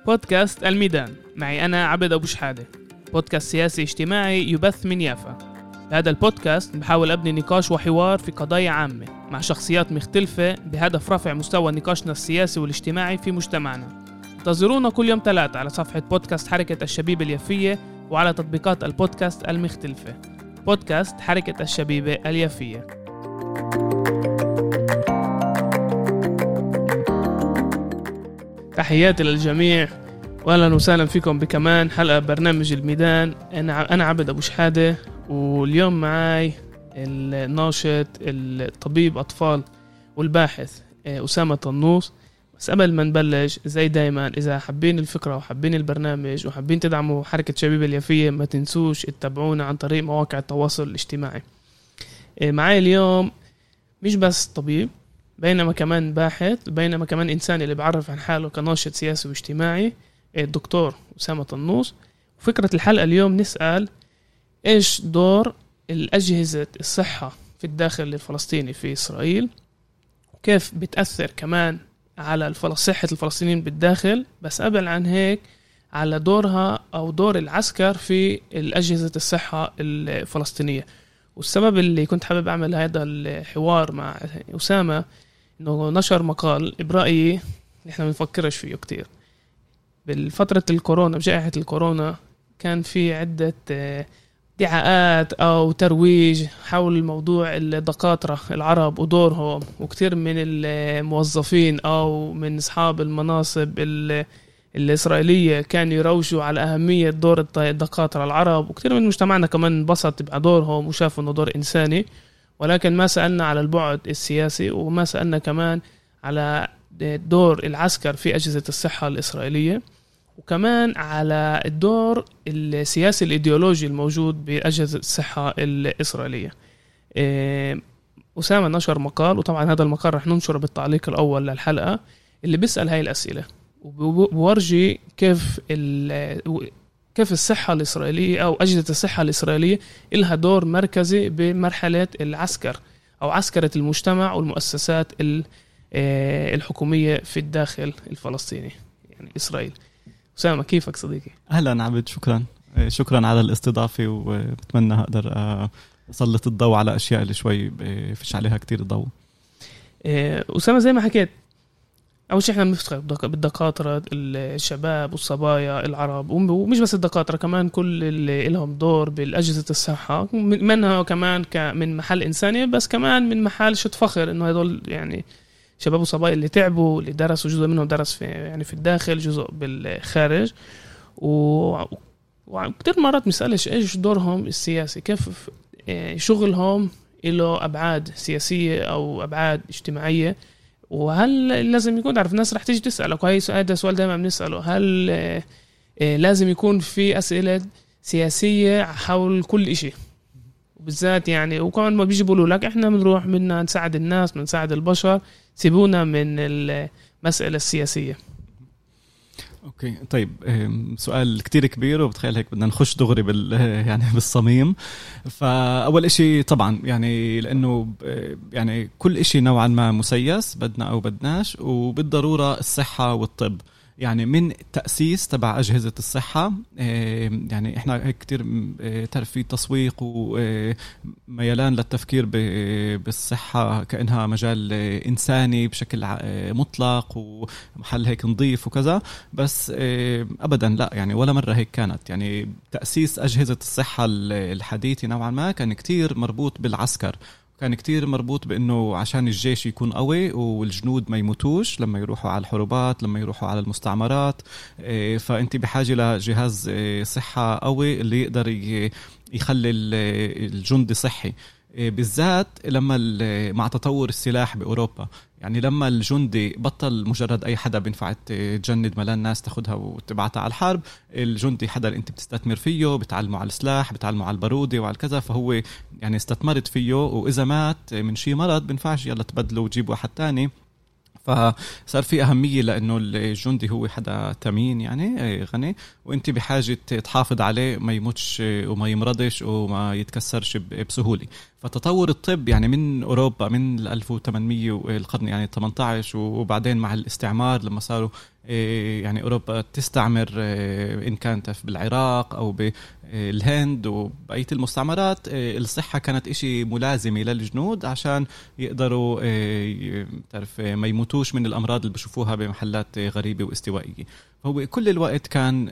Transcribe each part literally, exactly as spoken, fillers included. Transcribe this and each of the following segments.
بودكاست الميدان، معي أنا عبد أبو شحادة، بودكاست سياسي اجتماعي يبث من يافا. بهذا البودكاست بحاول أبني نقاش وحوار في قضايا عامة مع شخصيات مختلفة بهدف رفع مستوى نقاشنا السياسي والاجتماعي في مجتمعنا. انتظرونا كل يوم ثلاثة على صفحة بودكاست حركة الشبيبة اليافية وعلى تطبيقات البودكاست المختلفة. بودكاست حركة الشبيبة اليافية. تحياتي للجميع واهلا وسهلا فيكم بكمان حلقة برنامج الميدان. أنا أنا عبد أبو شحادة، واليوم معاي الناشط الطبيب أطفال والباحث أسامة طنوس. بس قبل ما نبلش زي دايما، إذا حابين الفكرة وحابين البرنامج وحابين تدعموا حركة شبيبة اليافية ما تنسوش تتابعونا عن طريق مواقع التواصل الاجتماعي. معاي اليوم مش بس طبيب، بينما كمان باحث، بينما كمان إنسان اللي بعرف عن حاله كناشط سياسي واجتماعي، الدكتور أسامة طنوس. وفكرة الحلقة اليوم نسأل إيش دور الأجهزة الصحة في الداخل الفلسطيني في إسرائيل، وكيف بتأثر كمان على صحة الفلسطينيين بالداخل، بس قبل عن هيك على دورها أو دور العسكر في الأجهزة الصحة الفلسطينية. والسبب اللي كنت حابب أعمل هذا الحوار مع أسامة إنه نشر مقال برأيي إحنا ما بنفكرش فيه كتير. بالفترة الكورونا، بجائحة الكورونا، كان في عدة دعاءات أو ترويج حول موضوع الدكاترة العرب ودورهم، وكتير من الموظفين أو من أصحاب المناصب الإسرائيلية كانوا يروجوا على أهمية دور الدكاترة العرب، وكتير من مجتمعنا كمان انبسط بدورهم وشافوا إنه دور إنساني. ولكن ما سألنا على البعد السياسي، وما سألنا كمان على دور العسكر في أجهزة الصحة الإسرائيلية، وكمان على الدور السياسي الإيديولوجي الموجود بأجهزة الصحة الإسرائيلية. أسامة نشر مقال، وطبعا هذا المقال رح ننشره بالتعليق الأول للحلقة، اللي بيسأل هاي الأسئلة وبورجي كيف كيف الصحة الإسرائيلية أو أجهزة الصحة الإسرائيلية إلها دور مركزي بمرحلة العسكر أو عسكرة المجتمع والمؤسسات الحكومية في الداخل الفلسطيني، يعني إسرائيل. أسامة، كيفك صديقي؟ أهلا عبد، شكرا شكرا على الاستضافة، وبتمنى أقدر أسلط الضوء على أشياء اللي شوي فيش عليها كتير ضوء. أسامة، زي ما حكيت أول شيء إحنا بنفتخر بالدكاترة الشباب والصبايا العرب، ومش بس الدكاترة، كمان كل اللي لهم دور بالأجهزة الصحة، منها كمان من محل إنساني، بس كمان من محل شت فخر إنه هذول يعني شباب وصبايا اللي تعبوا، اللي درسوا، جزء منهم درس في يعني في الداخل، جزء بالخارج. وكتير مرات مسألش إيش دورهم السياسي، كيف شغلهم له أبعاد سياسية أو أبعاد اجتماعية، وهل لازم يكون عارف الناس رح تيجي تسألك، وهي هذا سؤال دائما بنسأله، هل لازم يكون في أسئلة سياسية حول كل إشي؟ وبالذات يعني وكمان ما بيجي بيقولوا لك إحنا بنروح بدنا نساعد الناس، بنساعد البشر، سيبونا من المسألة السياسية. اوكي، طيب، سؤال كتير كبير، وبتخيل هيك بدنا نخش دغري بال يعني بالصميم. فاول إشي طبعا يعني لانه يعني كل إشي نوعا ما مسيس، بدنا او بدناش، وبالضروره الصحه والطب يعني من تأسيس تبع أجهزة الصحة. يعني إحنا هيك كتير تعرف في تسويق وميلان للتفكير بالصحة كأنها مجال إنساني بشكل مطلق ومحل هيك نظيف وكذا، بس أبدا لا، يعني ولا مرة هيك كانت. يعني تأسيس أجهزة الصحة الحديثة نوعا ما كان كتير مربوط بالعسكر، كان كتير مربوط بأنه عشان الجيش يكون قوي والجنود ما يموتوش لما يروحوا على الحروبات، لما يروحوا على المستعمرات. فأنت بحاجة لجهاز صحة قوي اللي يقدر يخلي الجندي صحي، بالذات لما مع تطور السلاح بأوروبا. يعني لما الجندي بطل مجرد أي حدا بينفع تجند ملان ناس تاخدها وتبعتها على الحرب، الجندي حدا أنت بتستثمر فيه، بتعلمه على السلاح، بتعلمه على البارودة وعلى كذا، فهو يعني استثمرت فيه، وإذا مات من شي مرض بينفعش يلا تبدله وتجيب واحد تاني. فصار في أهمية لأنه الجندي هو حدا تمين يعني غني، وانت بحاجة تحافظ عليه ما يموتش وما يمرضش وما يتكسرش بسهولة. فتطور الطب يعني من أوروبا من ألف وثمانمية والقرن يعني ثمانية عشر، وبعدين مع الاستعمار لما صاروا يعني أوروبا تستعمر إن كانت بالعراق أو بالهند وبقية المستعمرات، الصحة كانت إشي ملازمة للجنود عشان يقدروا تعرف ما يموتوش من الأمراض اللي بشوفوها بمحلات غريبة واستوائية. فهو كل الوقت كان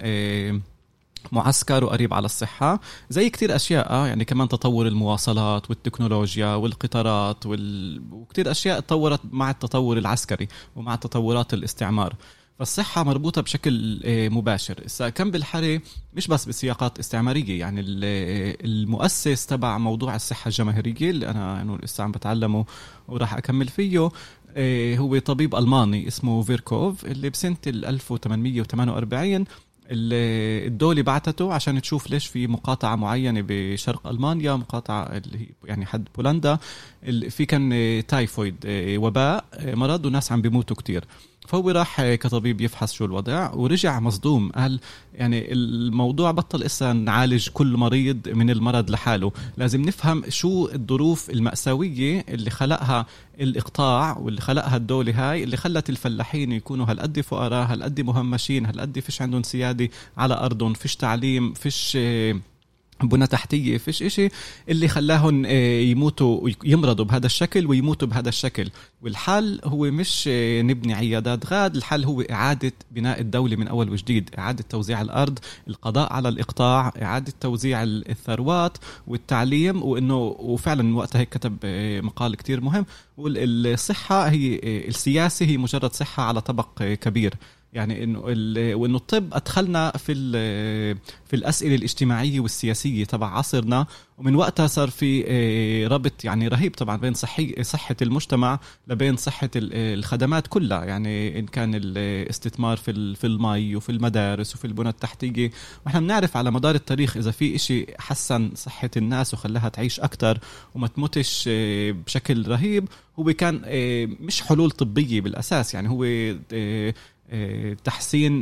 معسكر وقريب على الصحة، زي كتير أشياء يعني كمان تطور المواصلات والتكنولوجيا والقطارات وال... وكتير أشياء تطورت مع التطور العسكري ومع تطورات الاستعمار. فالصحة مربوطة بشكل مباشر. كان بالحري مش بس بسياقات استعمارية، يعني المؤسس تبع موضوع الصحة الجماهيرية اللي أنا يعني لسه عم بتعلمه وراح أكمل فيه هو طبيب ألماني اسمه فيركوف، اللي بسنة ألف وثمانمية وثمانية وأربعين الدولة بعتته عشان تشوف ليش في مقاطعة معينة بشرق ألمانيا، مقاطعة اللي هي يعني حد بولندا، في كان تايفويد وباء مرض وناس عم بيموتوا كتير. فهو راح كطبيب يفحص شو الوضع ورجع مصدوم، قال يعني الموضوع بطل إسا نعالج كل مريض من المرض لحاله، لازم نفهم شو الظروف المأساوية اللي خلقها الإقطاع واللي خلقها الدولة هاي، اللي خلت الفلاحين يكونوا هالقد فقراء، هالقد مهمشين، هالقد فيش عندهم سيادة على أرضهم، فيش تعليم، فيش بنى تحتية، فيش إشي اللي خلاهم يموتوا يمرضوا بهذا الشكل ويموتوا بهذا الشكل. والحل هو مش نبني عيادات غاد، الحل هو إعادة بناء الدولة من أول وجديد، إعادة توزيع الأرض، القضاء على الإقطاع، إعادة توزيع الثروات والتعليم. وإنه وفعلا وقتها هيك كتب مقال كتير مهم، والصحة هي السياسة هي مجرد صحة على طبق كبير، يعني انه وانه الطب ادخلنا في في الاسئله الاجتماعيه والسياسيه تبع عصرنا، ومن وقتها صار في ربط يعني رهيب طبعا بين صحي صحه المجتمع لبين صحه الخدمات كلها، يعني ان كان الاستثمار في في المي وفي المدارس وفي البنى التحتيه. واحنا بنعرف على مدار التاريخ اذا في إشي حسن صحه الناس وخلاها تعيش اكتر وما تموتش بشكل رهيب، هو كان مش حلول طبيه بالاساس، يعني هو تحسين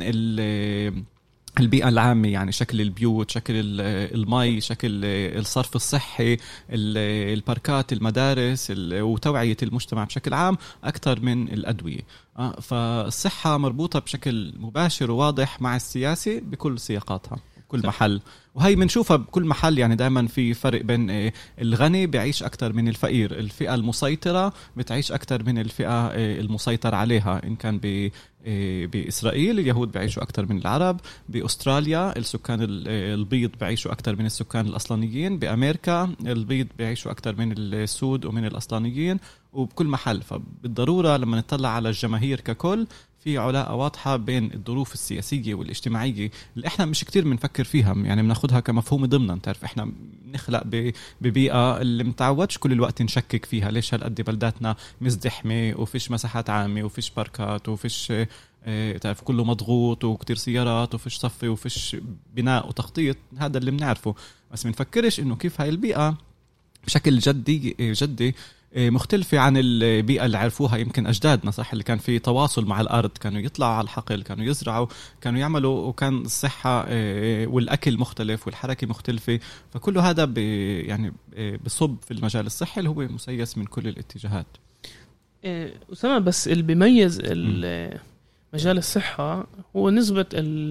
البيئة العامة، يعني شكل البيوت، شكل المي، شكل الصرف الصحي، الباركات، المدارس، وتوعية المجتمع بشكل عام أكثر من الأدوية. فالصحة مربوطة بشكل مباشر وواضح مع السياسة بكل سياقاتها كل محل، وهي منشوفها بكل محل. يعني دائما في فرق بين الغني بيعيش أكتر من الفقير، الفئة المسيطرة بتعيش أكتر من الفئة المسيطر عليها. إن كان ب بإسرائيل اليهود بيعيشوا أكتر من العرب، بأستراليا السكان البيض بيعيشوا أكتر من السكان الأصلانيين، بأمريكا البيض بيعيشوا أكتر من السود ومن الأصلانيين، وبكل محل. فبالضرورة لما نطلع على الجماهير ككل في علاقة واضحة بين الظروف السياسية والاجتماعية اللي احنا مش كتير بنفكر فيها، يعني بناخدها كمفهوم ضمنا. تعرف احنا بنخلق ببيئة اللي متعودش كل الوقت نشكك فيها، ليش هالقد بلداتنا مزدحمة وفيش مساحات عامة وفيش باركات وفيش اه تعرف كله مضغوط وكتير سيارات وفيش صفي وفيش بناء وتخطيط. هذا اللي بنعرفه، بس بنفكرش انه كيف هاي البيئة بشكل جدي جدي مختلفة عن البيئة اللي عرفوها يمكن أجدادنا، صح؟ اللي كان في تواصل مع الأرض، كانوا يطلعوا على الحقل، كانوا يزرعوا، كانوا يعملوا، وكان الصحة والأكل مختلف والحركة مختلفة. فكل هذا يعني بصب في المجال الصحي اللي هو مسيس من كل الاتجاهات. أسامة، بس اللي بيميز مجال الصحة هو نسبة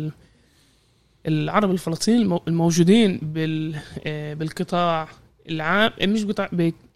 العرب الفلسطينيين الموجودين بالقطاع العام، مش قطاع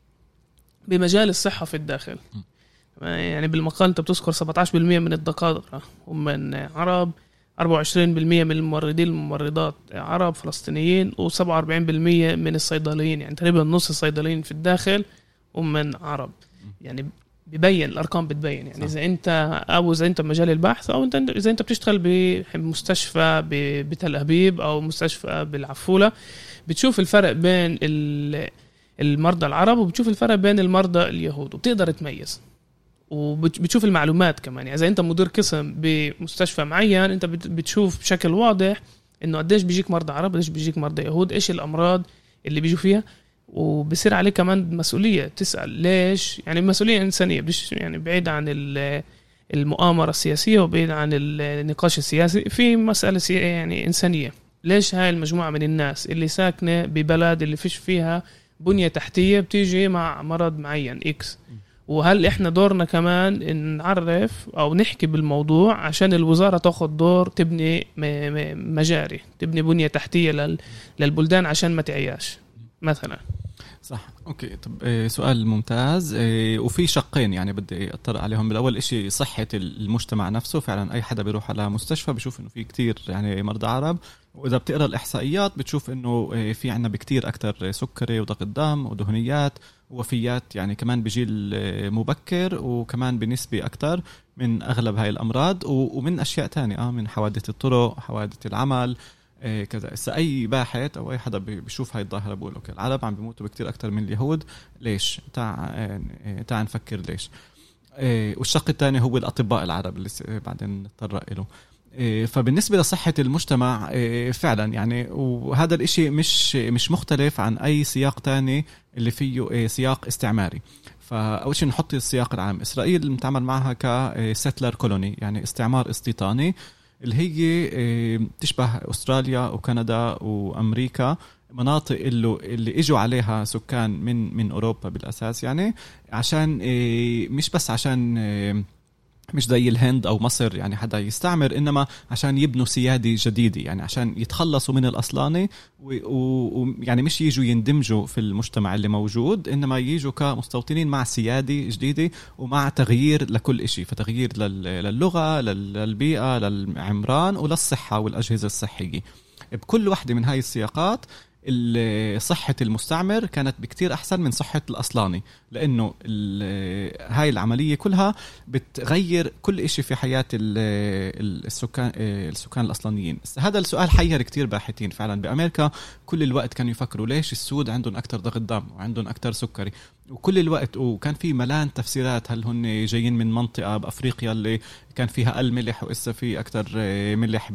بمجال الصحة في الداخل. يعني بالمقال أنت بتذكر سبعة عشر بالمئة من الدكاترة هم من عرب، أربعة وعشرين بالمئة من الممرضين الممرضات عرب فلسطينيين، وسبعة وأربعين بالمئة من الصيدليين، يعني تقريبا نص الصيدليين في الداخل هم من عرب. يعني بيبين الأرقام بتبين، يعني إذا أنت أو إذا أنت بمجال البحث، أو أنت إذا أنت بتشتغل بمستشفى بتل أبيب أو مستشفى بالعفولة، بتشوف الفرق بين المرضى العرب وبتشوف الفرق بين المرضى اليهود، وبتقدر تميز وبتشوف المعلومات كمان. يعني إذا أنت مدير قسم بمستشفى معين، أنت بتشوف بشكل واضح إنه قديش بيجيك مرضى عرب، قديش بيجيك مرضى يهود، إيش الأمراض اللي بيجوا فيها. وبصير عليك كمان مسؤولية تسأل ليش، يعني مسؤولية إنسانية، يعني بعيد عن المؤامرة السياسية وبعيد عن النقاش السياسي في مسألة يعني إنسانية. ليش هاي المجموعة من الناس اللي ساكنة ببلد اللي فيش فيها بنية تحتية بتيجي مع مرض معين إكس، وهل إحنا دورنا كمان نعرف أو نحكي بالموضوع عشان الوزارة تأخذ دور تبني مجاري، تبني بنية تحتية للبلدان عشان ما تعياش مثلا. صح. اوكي. طب سؤال ممتاز. وفي شقين يعني بدي اطرق عليهم. بالاول اشي صحة المجتمع نفسه، فعلا اي حدا بيروح على مستشفى بيشوف انه في كتير يعني مرضى عرب، واذا بتقرا الاحصائيات بتشوف انه في عنا بكتير اكتر سكري وضغط دم ودهنيات ووفيات يعني كمان بجيل مبكر، وكمان بنسبة اكتر من اغلب هاي الامراض، ومن اشياء تانية اه من حوادث الطرق، حوادث العمل إيه كذا. إذا أي باحث أو أي حدا بيشوف هاي الظاهرة بقول أوكي العرب عم بيموتوا بكتير أكتر من اليهود، ليش؟ تاع إيه تاع نفكر ليش. إيه والشق الثاني هو الأطباء العرب اللي بعدين نتطرق له. إيه فبالنسبة لصحة المجتمع إيه فعلا يعني، وهذا الإشي مش مش مختلف عن أي سياق تاني اللي فيه إيه سياق استعماري. فأول شيء نحط السياق العام. إسرائيل متعامل معها كستلر كولوني، يعني استعمار استيطاني، اللي هي تشبه أستراليا وكندا وأمريكا، مناطق اللي, اللي إجوا عليها سكان من من أوروبا بالأساس، يعني عشان مش بس عشان مش زي الهند أو مصر يعني حدا يستعمر، إنما عشان يبنوا سيادة جديدة، يعني عشان يتخلصوا من الأصلاني ويعني مش يجوا يندمجوا في المجتمع اللي موجود، إنما يجوا كمستوطنين مع سيادة جديدة ومع تغيير لكل إشي، فتغيير للغة، للبيئة، للعمران وللصحة والأجهزة الصحية. بكل واحدة من هاي السياقات صحة المستعمر كانت بكتير أحسن من صحة الأصلاني، لأنه هاي العملية كلها بتغير كل إشي في حياة السكان السكان الأصلانيين. هذا السؤال حير كتير باحثين فعلا بأمريكا، كل الوقت كانوا يفكروا ليش السود عندهم أكتر ضغط دم وعندهم أكتر سكري، وكل الوقت وكان في ملان تفسيرات، هل هن جايين من منطقة بأفريقيا اللي كان فيها أقل ملح وإسا في أكتر ملح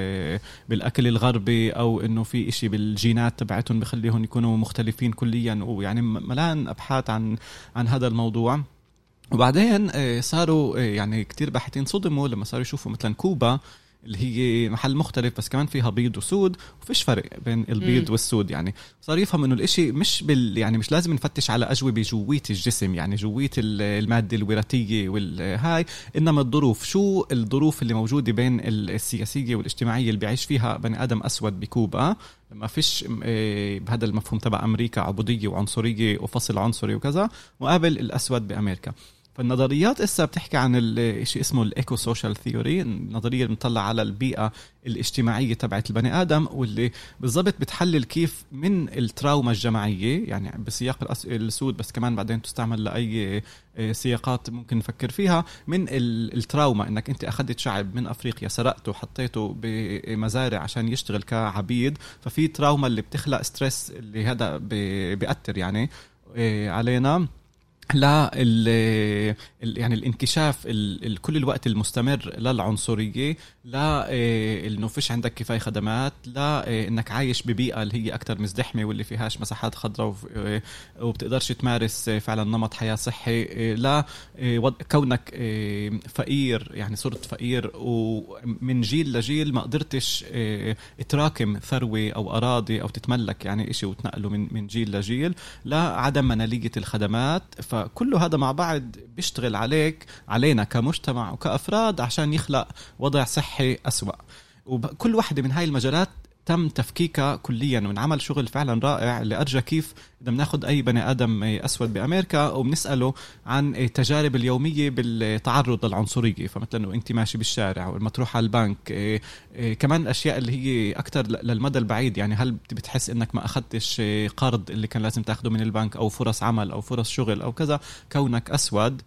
بالأكل الغربي، أو إنه في إشي بالجينات تبعتهم بخليهم يكونوا مختلفين كليا، ويعني ملان أبحاث عن عن هذا الموضوع. وبعدين صاروا يعني كتير باحثين صدموا لما صاروا يشوفوا مثلا كوبا اللي هي محل مختلف بس كمان فيها بيض وسود، وفيش فرق بين البيض م. والسود. يعني صار يفهم انه الاشي مش بال يعني مش لازم نفتش على اجوبه جوية الجسم، يعني جوية الماده الوراثيه والهاي، انما الظروف، شو الظروف اللي موجوده بين السياسيه والاجتماعيه اللي بيعيش فيها بني ادم اسود بكوبا، ما فيش بهذا المفهوم تبع امريكا عبوديه وعنصريه وفصل عنصري وكذا، مقابل الاسود بامريكا. فالنظريات إسا بتحكي عن الشيء اسمه الإيكو سوشيال ثيوري، النظرية اللي بتطلع على البيئة الاجتماعية تبعت البني آدم، واللي بالضبط بتحلل كيف من التراوما الجماعية، يعني بسياق السود بس كمان بعدين تستعمل لأي سياقات ممكن نفكر فيها، من التراوما إنك أنت أخذت شعب من أفريقيا سرقته وحطيته بمزارع عشان يشتغل كعبيد، ففي تراوما اللي بتخلق ستريس اللي هذا بيأثر يعني علينا، لا ال يعني الانكشاف ال كل الوقت المستمر للعنصرية، لا انه فيش عندك كفاية خدمات، لا انك عايش ببيئة اللي هي اكتر مزدحمة واللي فيهاش مساحات خضراء وبتقدرش تمارس فعلا نمط حياة صحي، لا كونك فقير يعني صرت فقير ومن جيل لجيل ما قدرتش تراكم ثروة او اراضي او تتملك يعني اشي وتنقله من من جيل لجيل، لا عدم منالية الخدمات. فكل هذا مع بعض بيشتغل عليك علينا كمجتمع وكأفراد عشان يخلق وضع صحي أسوأ. وكل واحدة من هاي المجالات تم تفكيكها كليا ونعمل شغل فعلا رائع اللي أرجى كيف إذا بناخد أي بني آدم أسود بأمريكا وبنسأله عن التجارب اليومية بالتعرض للعنصرية، فمثلا أنت ماشي بالشارع ولما تروح على البنك، إيه إيه كمان الأشياء اللي هي أكتر للمدى البعيد، يعني هل بتحس إنك ما أخدتش قرض اللي كان لازم تأخده من البنك، أو فرص عمل أو فرص شغل أو كذا، كونك أسود.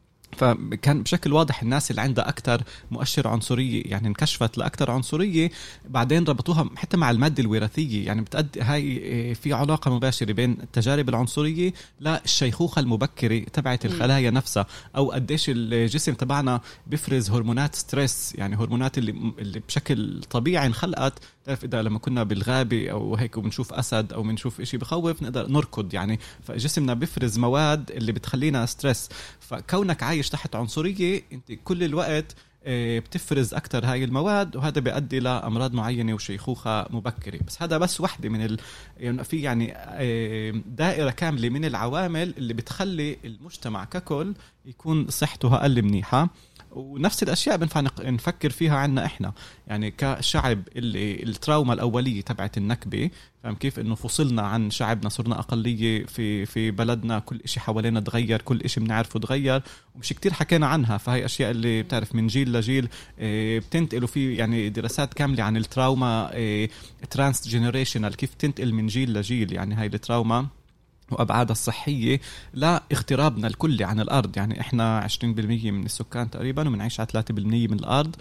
فكان بشكل واضح الناس اللي عندها أكتر مؤشر عنصرية يعني انكشفت لأكتر عنصرية، بعدين ربطوها حتى مع المادة الوراثية، يعني بتأدي هاي في علاقة مباشرة بين التجارب العنصرية للشيخوخة المبكرة تبعت الخلايا نفسها، أو قديش الجسم تبعنا بيفرز هرمونات ستريس، يعني هرمونات اللي, اللي بشكل طبيعي انخلقت. تعرف إذا لما كنا بالغابة أو هيك وبنشوف أسد أو بنشوف إشي بخوف نقدر نركض، يعني فجسمنا بيفرز مواد اللي بتخلينا ستريس. فكونك عايش عايش تحت عنصرية أنت كل الوقت بتفرز أكتر هاي المواد، وهذا بيؤدي لأمراض معينة وشيخوخة مبكرة. بس هذا بس واحدة من ال... يعني في يعني دائرة كاملة من العوامل اللي بتخلي المجتمع ككل يكون صحته أقل منيحة. ونفس الأشياء بنفع نفكر فيها عنا إحنا يعني كشعب، اللي التراوما الأولية تبعت النكبة، فهم كيف إنه فصلنا عن شعبنا، صرنا أقلية في في بلدنا، كل إشي حوالينا تغير، كل إشي بنعرفه تغير ومش كتير حكينا عنها. فهي أشياء اللي بتعرف من جيل لجيل بتنتقلوا في يعني دراسات كاملة عن التراوما ترانس جينيريشنال، كيف تنتقل من جيل لجيل. يعني هاي التراوما وأبعادها الصحية لا اغترابنا الكلي عن الأرض. يعني إحنا عشرين بالمية من السكان تقريبا ومنعيش على ثلاثة بالمية من الأرض.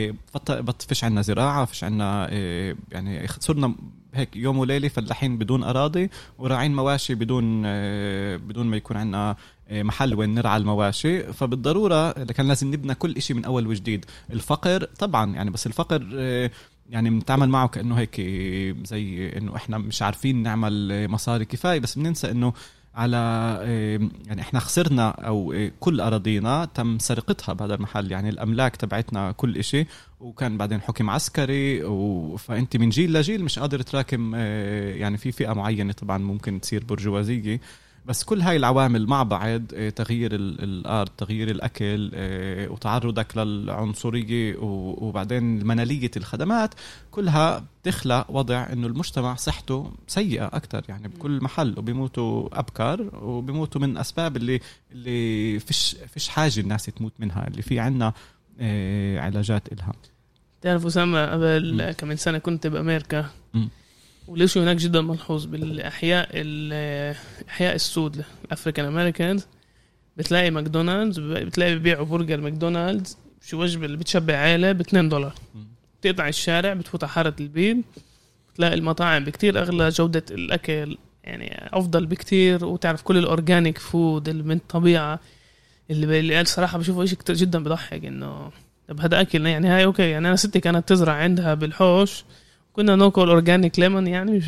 فيش عنا زراعة، فيش عنا يعني صرنا هيك يوم وليلة فلاحين بدون أراضي، وراعين مواشي بدون بدون ما يكون عنا محل وين نرعى المواشي. فبالضرورة كان لازم نبنى كل إشي من أول وجديد. الفقر طبعا يعني، بس الفقر يعني بنتعامل معه كأنه هيك زي إنه إحنا مش عارفين نعمل مصاري كفاية، بس بننسى إنه على يعني إحنا خسرنا أو كل أراضينا تم سرقتها بهذا المحل. يعني الأملاك تبعتنا كل إشي، وكان بعدين حكم عسكري، فأنت من جيل لجيل مش قادر تراكم. يعني في فئة معينة طبعا ممكن تصير برجوازية، بس كل هاي العوامل مع بعض، تغيير الأرض، تغيير الأكل، وتعرضك للعنصرية، وبعدين منالية الخدمات، كلها تخلق وضع إنه المجتمع صحته سيئة أكتر يعني بكل محل، وبيموتوا أبكار وبيموتوا من أسباب اللي اللي فيش فيش حاجة الناس تموت منها، اللي في عنا علاجات إلها. تعرف أسامة، قبل كمان سنة كنت بأمريكا، م. وليش هناك جدا ملحوظ بالأحياء الأحياء السود الأفريكان أمريكانز، بتلاقي ماكدونالدز، بتلاقي بيبيعوا برجر ماكدونالدز شو وجبة اللي بتشبع عائلة باثنين دولار. تقطع الشارع بتفوت حارة البيت، بتلاقي المطاعم بكتير أغلى، جودة الأكل يعني أفضل بكتير، وتعرف كل الأورجانيك فود اللي من الطبيعة، اللي اللي قال صراحة بشوفه إشي كتير جدا بضحك إنه طب هذا أكل يعني. هاي أوكي يعني أنا ستي كانت تزرع عندها بالحوش، كنا ناكل اورجانيك ليمون يعني مش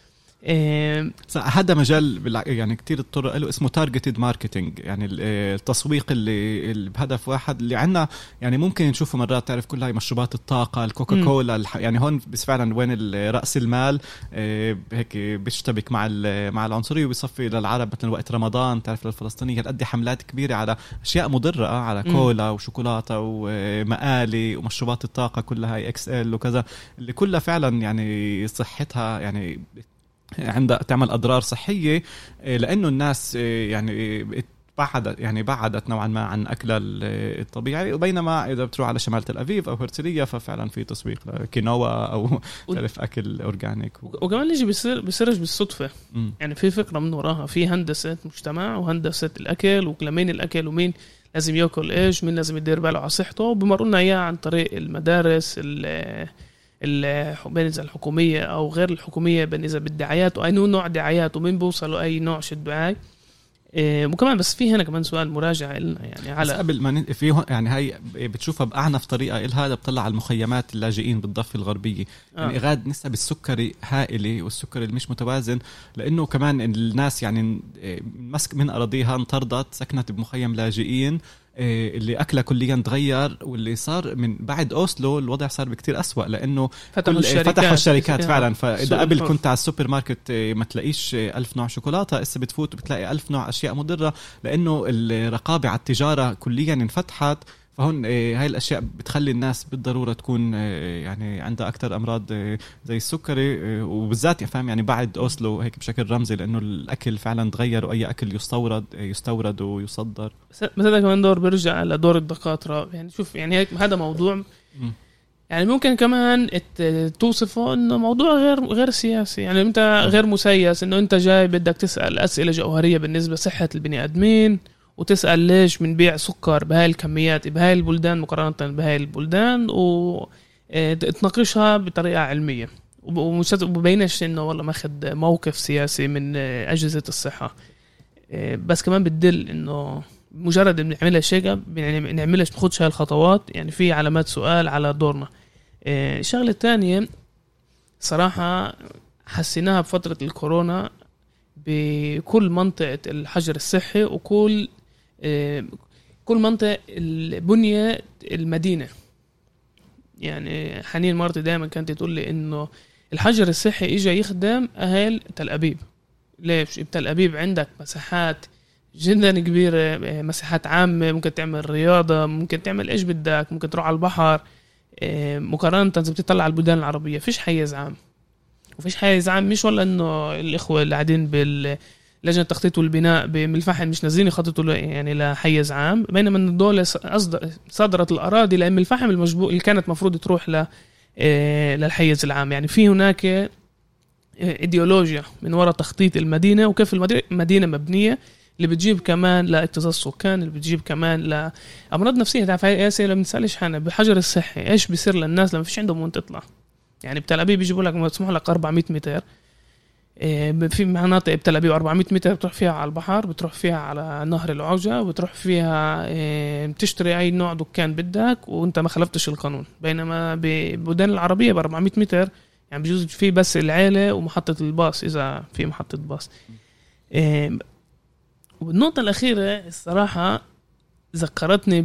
إيه. هذا مجال يعني كتير الطرق له اسمه تارجتد ماركتينج، يعني التسويق اللي, اللي بهدف واحد اللي عنا. يعني ممكن نشوفه مرات، تعرف كل هاي مشروبات الطاقة، الكوكا كولا، يعني هون بس فعلا وين رأس المال إيه هيك بيشتبك مع مع العنصرية وبيصفي للعرب. مثلا وقت رمضان تعرف للفلسطينية قد حملات كبيرة على أشياء مضرة، على كولا وشوكولاتة ومقالي ومشروبات الطاقة كلها هاي اكس ال وكذا، اللي كلها فعلا يعني صحتها يعني عندها تعمل أضرار صحية، لأنه الناس يعني بعدت يعني بعدت نوعا ما عن أكلها الطبيعي. وبينما إذا بتروح على شمال تل أبيب أو هرتلية ففعلا في تسويق كينوا أو تعرف أكل أورجانيك. وكمان يجي بيصير بيصيرش بالصدفة، م. يعني في فكرة من وراها، في هندسة مجتمع وهندسة الأكل، وكلامين الأكل ومين لازم يأكل إيش، مين لازم يدير باله على صحته، وبمرقنا إياه عن طريق المدارس بين إذا الحكومية أو غير الحكومية، بين إذا بالدعايات وأي نوع دعايات، ومين بوصلوا أي نوع شد دعاية. إيه وكمان بس في هنا كمان سؤال مراجعة لنا يعني على قبل ما فيه يعني هاي بتشوفها بأعنف طريقة إلها، هذا بطلع على المخيمات اللاجئين بالضفة الغربية. آه. يعني إغاد نسبة السكري هائلة، والسكري المش متوازن، لأنه كمان الناس يعني مسك من أراضيها انطردت، سكنت بمخيم لاجئين اللي أكله كليا تغير. واللي صار من بعد أوسلو الوضع صار بكتير أسوأ، لأنه فتحوا الشركات, فتحوا الشركات فعلا. فإذا قبل كنت على السوبر ماركت ما تلاقيش ألف نوع شوكولاتة، إسا بتفوت وبتلاقي ألف نوع أشياء مضرة، لأنه الرقابة على التجارة كليا انفتحت. فهون هاي الأشياء بتخلي الناس بالضرورة تكون يعني عندها أكتر أمراض زي السكري، وبالذات فاهم يعني بعد أوسلو هيك بشكل رمزي، لأنه الأكل فعلا تغير، وأي أكل يستورد يستورد ويصدر. بس هذا كمان دور بيرجع على دور الدكاترة. يعني شوف يعني هيك هذا موضوع يعني ممكن كمان توصفه إنه موضوع غير غير سياسي. يعني أنت غير مسيس، إنه أنت جاي بدك تسأل أسئلة جوهرية بالنسبة لصحة البني آدمين، وتسأل ليش بنبيع سكر بهاي الكميات بهاي البلدان مقارنة بهاي البلدان، وتناقشها بطريقة علمية، ومبينش إنه والله ما أخذ موقف سياسي من أجهزة الصحة. بس كمان بتدل إنه مجرد بنعملها شيء بنعملش بخدش هاي الخطوات، يعني في علامات سؤال على دورنا. الشغلة الثانية صراحة حسيناها بفترة الكورونا بكل منطقة الحجر الصحي، وكل كل منطقة البنية المدينة. يعني حنين مرتي دائما كانت تقول لي إنه الحجر الصحي إجا يخدم أهل تل أبيب. ليش؟ بتل أبيب عندك مساحات جدا كبيرة، مساحات عامة، ممكن تعمل رياضة، ممكن تعمل إيش بدك، ممكن تروح على البحر. مقارنة إذا بتطلع على البلدان العربية فيش حيز عام، وفيش حيز عام. مش ولا إنه الإخوة اللي قاعدين باللجنة التخطيط والبناء بملفحن مش نازلين يخططوا يعني لحيز عام، بينما إن الدولة صدرت الأراضي لأن الفحم المجبور اللي كانت مفروض تروح ل للحيز العام. يعني في هناك إيديولوجيا من وراء تخطيط المدينة وكيف المدينة مبنية، اللي بتجيب كمان لاكتظاظ سكان، اللي بتجيب كمان لأمراض نفسية. تعرف هاي أسئلة لما نسألش حنا بحجر الصحي إيش بيصير للناس لما فيش عندهم وين تطلع. يعني بتل أبيب بيجيبوا لك مسموح لك أربعمية متر، في مناطق بتل أبيب أربعمية متر بتروح فيها على البحر، بتروح فيها على نهر العوجة، بتروح فيها بتشتري أي نوع دكان بدك وأنت ما خلفتش القانون. بينما ببلدان العربية ب أربعمية متر يعني بيجوز فيه بس العيلة ومحطة الباص إذا في محطة باص. والنقطة الأخيرة الصراحة ذكرتني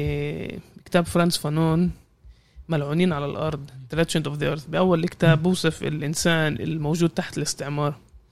بكتاب فرانس فانون ملعونين على الأرض Legend of the Earth. بأول الكتاب بوصف الإنسان الموجود تحت الاستعمار،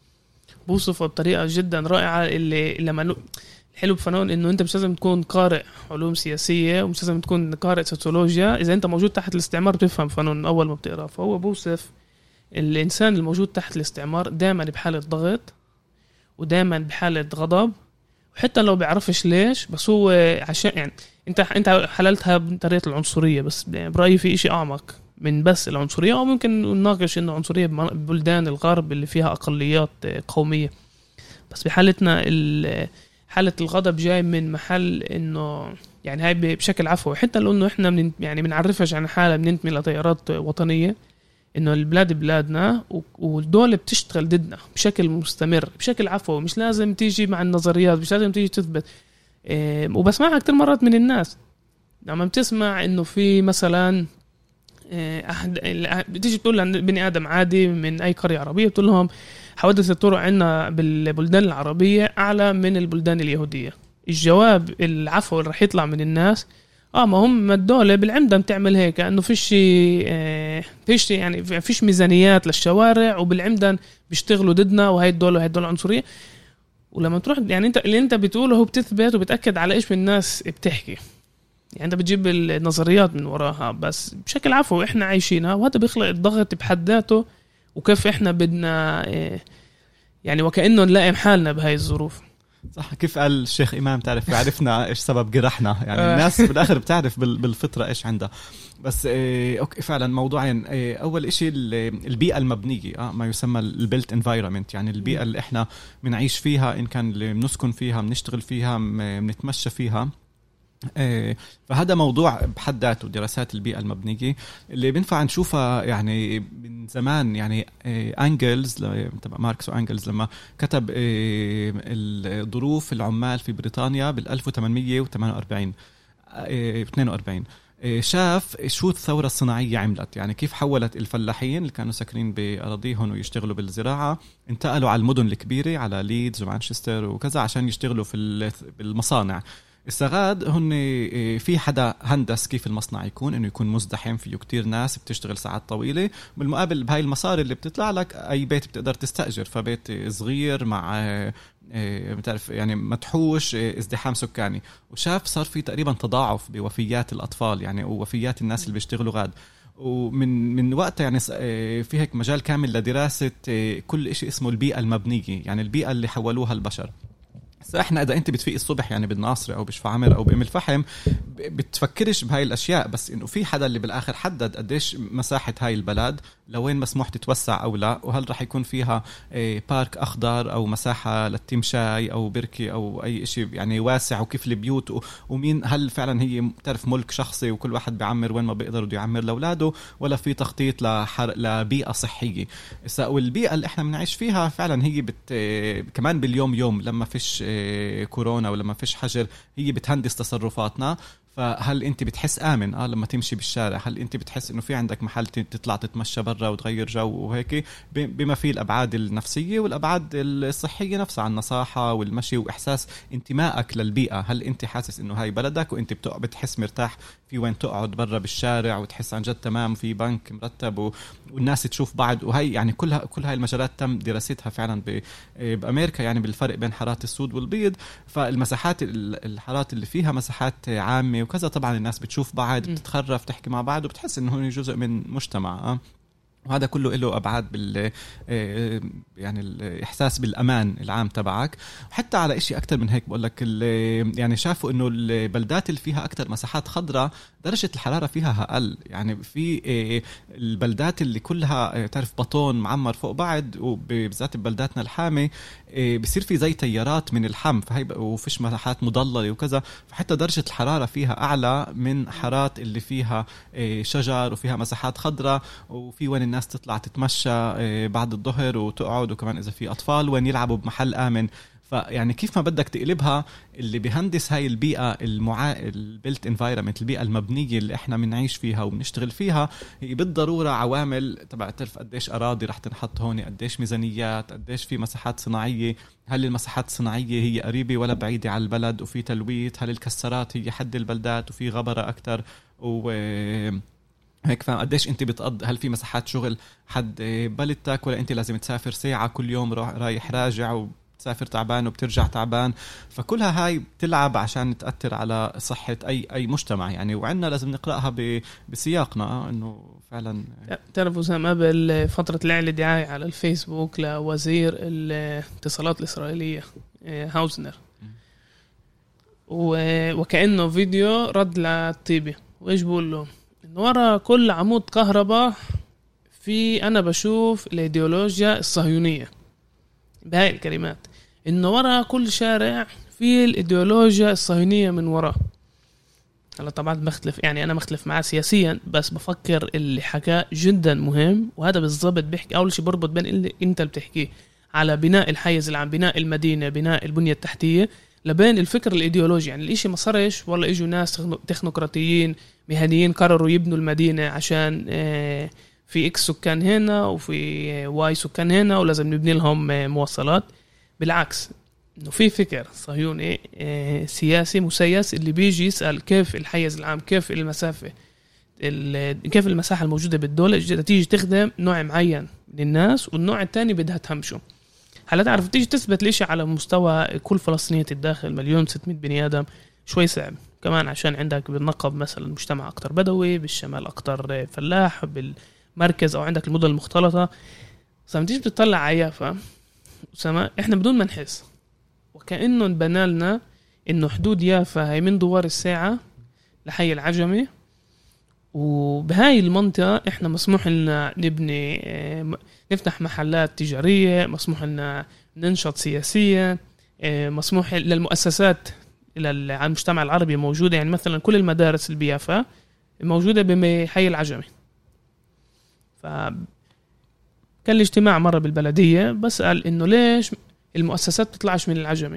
بوصفه بطريقة جدا رائعة. اللي لما الحلو بفانون إنه أنت مش لازم تكون قارئ علوم سياسية ومش لازم تكون قارئ سوسيولوجيا، إذا أنت موجود تحت الاستعمار بتفهم فانون أول ما بتقرأ. فهو بوصف الإنسان الموجود تحت الاستعمار دائما بحالة ضغط ودائما بحالة غضب، وحتى لو بيعرفش ليش، بس هو عشان يعني انت انت حللتها بطريقه العنصريه، بس برايي في إشي اعمق من بس العنصريه. او ممكن نناقش انه عنصريه ببلدان الغرب اللي فيها اقليات قوميه، بس بحالتنا حاله الغضب جاي من محل انه يعني هاي بشكل عفوي، حتى لو انه احنا من يعني بنعرفش عن حاله بننتمي لتيارات وطنيه، انه البلاد بلادنا والدولة بتشتغل ضدنا بشكل مستمر بشكل عفوي. مش لازم تيجي مع النظريات، مش لازم تيجي تثبت. إيه وبسمعها كتير مرات من الناس لما بتسمع انه في مثلا إيه أحد بتيجي تقول لبني ادم عادي من اي قرية عربية، بتقول لهم حوادث الطرق عندنا بالبلدان العربية اعلى من البلدان اليهودية. الجواب العفوي اللي رح يطلع من الناس اه ما هم الدولة بالعمدة بتعمل هيك، انه فيش آه فيش يعني فيش ميزانيات للشوارع وبالعمدة بيشتغلوا ضدنا وهي الدولة وهي الدولة عنصرية. ولما تروح يعني انت اللي انت بتقوله هو بتثبت وبتأكد على ايش الناس بتحكي، يعني انت بتجيب النظريات من وراها بس بشكل عفوي احنا عايشينها، وهذا بيخلق الضغط بحد ذاته. وكيف احنا بدنا آه يعني وكأنه نلاقي حالنا بهاي الظروف. صح، كيف قال الشيخ إمام تعرف عرفنا إيش سبب جرحنا، يعني الناس بالآخر بتعرف بالفطرة إيش عندها. بس إيه أوكي فعلا موضوعين. إيه أول إشي البيئة المبنية، آه ما يسمى البيلت انفايرمنت، يعني البيئة اللي إحنا بنعيش فيها، إن كان اللي بنسكن فيها، بنشتغل فيها، بنتمشى فيها. إيه فهذا موضوع بحد ذاته، دراسات البيئة المبنية اللي بنفع نشوفها يعني من زمان. يعني إيه أنجلز تبع ماركس وأنجلز لما كتب إيه الظروف العمال في بريطانيا بالألف وثمانمية وثمانية وأربعين إيه اثنين وأربعين إيه شاف شو الثورة الصناعية عملت، يعني كيف حولت الفلاحين اللي كانوا ساكنين بأراضيهم ويشتغلوا بالزراعة انتقلوا على المدن الكبيرة، على ليدز ومانشستر وكذا، عشان يشتغلوا في بالمصانع. استغاد هن في حدا هندس كيف المصنع يكون، انه يكون مزدحم فيه كتير ناس بتشتغل ساعات طويلة، بالمقابل بهاي المصاري اللي بتطلع لك اي بيت بتقدر تستأجر، فبيت صغير مع بتعرف يعني مدحوش ازدحام سكاني. وشاف صار في تقريبا تضاعف بوفيات الأطفال يعني ووفيات الناس اللي بيشتغلوا غاد. ومن من وقتها يعني في هيك مجال كامل لدراسة كل إشي اسمه البيئة المبنية، يعني البيئة اللي حولوها البشر. احنا اذا انت بتفيق الصبح يعني بالناصر او بشفا عمر او بام الفحم بتفكرش بهاي الاشياء، بس انه في حدا اللي بالاخر حدد قديش مساحه هاي البلد لوين مسموح تتوسع او لا، وهل راح يكون فيها بارك اخضر او مساحه للتمشاي او بركي او اي شيء يعني واسع، وكيف البيوت، ومين هل فعلا هي تعرف ملك شخصي وكل واحد بيعمر وين ما بيقدر بده يعمر لاولاده، ولا في تخطيط لحر... لبيئه صحيه. والبيئه اللي احنا بنعيش فيها فعلا هي بت... كمان باليوم يوم لما فيش كورونا ولما فيش حجر هي بتهندس تصرفاتنا. فهل انت بتحس آمن اه لما تمشي بالشارع؟ هل انت بتحس انه في عندك محل تطلع تتمشى برا وتغير جو وهيك، بما فيه الابعاد النفسيه والابعاد الصحيه نفسها عن النصاحه والمشي واحساس انتمائك للبيئه؟ هل انت حاسس انه هاي بلدك وانت بتحس مرتاح في وين تقعد برا بالشارع وتحس عن جد تمام في بنك مرتب و... والناس تشوف بعض؟ وهي يعني كلها كل هاي المجالات تم دراستها فعلا ب... بامريكا، يعني بالفرق بين حارات السود والبيض. فالمساحات الحارات اللي فيها مساحات عامه وكذا طبعا الناس بتشوف بعض، بتتخرف، تحكي مع بعض، وبتحس انه هو جزء من مجتمع. وهذا كله له أبعاد بال يعني الإحساس بالأمان العام تبعك. وحتى على إشي أكتر من هيك بقول لك، يعني شافوا إنه البلدات اللي فيها أكتر مساحات خضراء درجة الحرارة فيها أقل. يعني في البلدات اللي كلها تعرف بطون معمر فوق بعض، وبالذات ببلداتنا الحامة بصير في زي تيارات من الحم، فهي وفيش مساحات مضللة وكذا، فحتى درجة الحرارة فيها أعلى من حارات اللي فيها شجر وفيها مساحات خضراء، وفي وين الناس تطلع تتمشى بعد الظهر وتقعد، وكمان إذا في أطفال وين يلعبوا بمحل آمن. فيعني كيف ما بدك تقلبها، اللي بيهندس هاي البيئة المعا... البيلت انفايرمنت، البيئة المبنية اللي احنا بنعيش فيها وبنشتغل فيها، هي بالضرورة عوامل تبع تعرف قديش أراضي رح تنحط هون، قديش ميزانيات، قديش في مساحات صناعية، هل المساحات الصناعية هي قريبة ولا بعيدة على البلد، وفي تلويث، هل الكسرات هي حد البلدات وفي غبرة أكتر، و هيك فاهم قديش انت بتقضي، هل في مساحات شغل حد بلدتك، ولا انت لازم تسافر ساعة كل يوم رايح راجع وتسافر تعبان وبترجع تعبان. فكلها هاي بتلعب عشان تأثر على صحة أي أي مجتمع يعني، وعنا لازم نقرأها بسياقنا إنه فعلا. تعرفوا زي قبل فترة الإعلان دعاية على الفيسبوك لوزير الاتصالات الإسرائيلية هاوزنر، وكأنه فيديو رد للطيبي، وإيش بقول له إنه ورا كل عمود كهرباء في أنا بشوف الإيديولوجيا الصهيونية، بهاي الكلمات، إنه ورا كل شارع في الإيديولوجيا الصهيونية من وراه. هلا طبعا بختلف، يعني أنا مختلف معاه سياسيا، بس بفكر اللي حكاه جدا مهم، وهذا بالضبط بيحكي أول شيء بربط بين اللي أنت بتحكيه على بناء الحيز العام، بناء المدينة، بناء البنية التحتية، لبين الفكر الإيديولوجي. يعني الإشي ما صارش والله إجوا ناس تكنوقراطيين مهنيين قرروا يبنوا المدينة عشان في إكس سكان هنا وفي واي سكان هنا ولازم نبني لهم مواصلات. بالعكس، إنه في فكر صهيوني سياسي مسيس اللي بيجي يسأل كيف الحيز العام، كيف المسافة، كيف المساحة الموجودة بالدولة تيجي تخدم نوع معين من الناس، والنوع الثاني بدها تهمشه. هلا تعرف تيجي تثبت ليش على مستوى كل فلسطينية الداخل مليون ستمائة بني آدم شوي صعب، كمان عشان عندك بالنقب مثلا مجتمع أكتر بدوي، بالشمال أكتر فلاح، بالمركز أو عندك المدن المختلطة. سما تيجي بتطلع عيافة سما إحنا بدون ما نحس وكأنه بنالنا إنه حدود يافا هي من دوار الساعة لحي العجمي، وبهاي المنطقة إحنا مسموح لنا نبني نفتح محلات تجارية، مسموح لنا ننشط سياسيا، مسموح للمؤسسات إلى المجتمع العربي موجودة. يعني مثلا كل المدارس البيافا موجودة بحي العجمي. فكان الاجتماع مرة بالبلدية بسأل إنه ليش المؤسسات تطلعش من العجمي،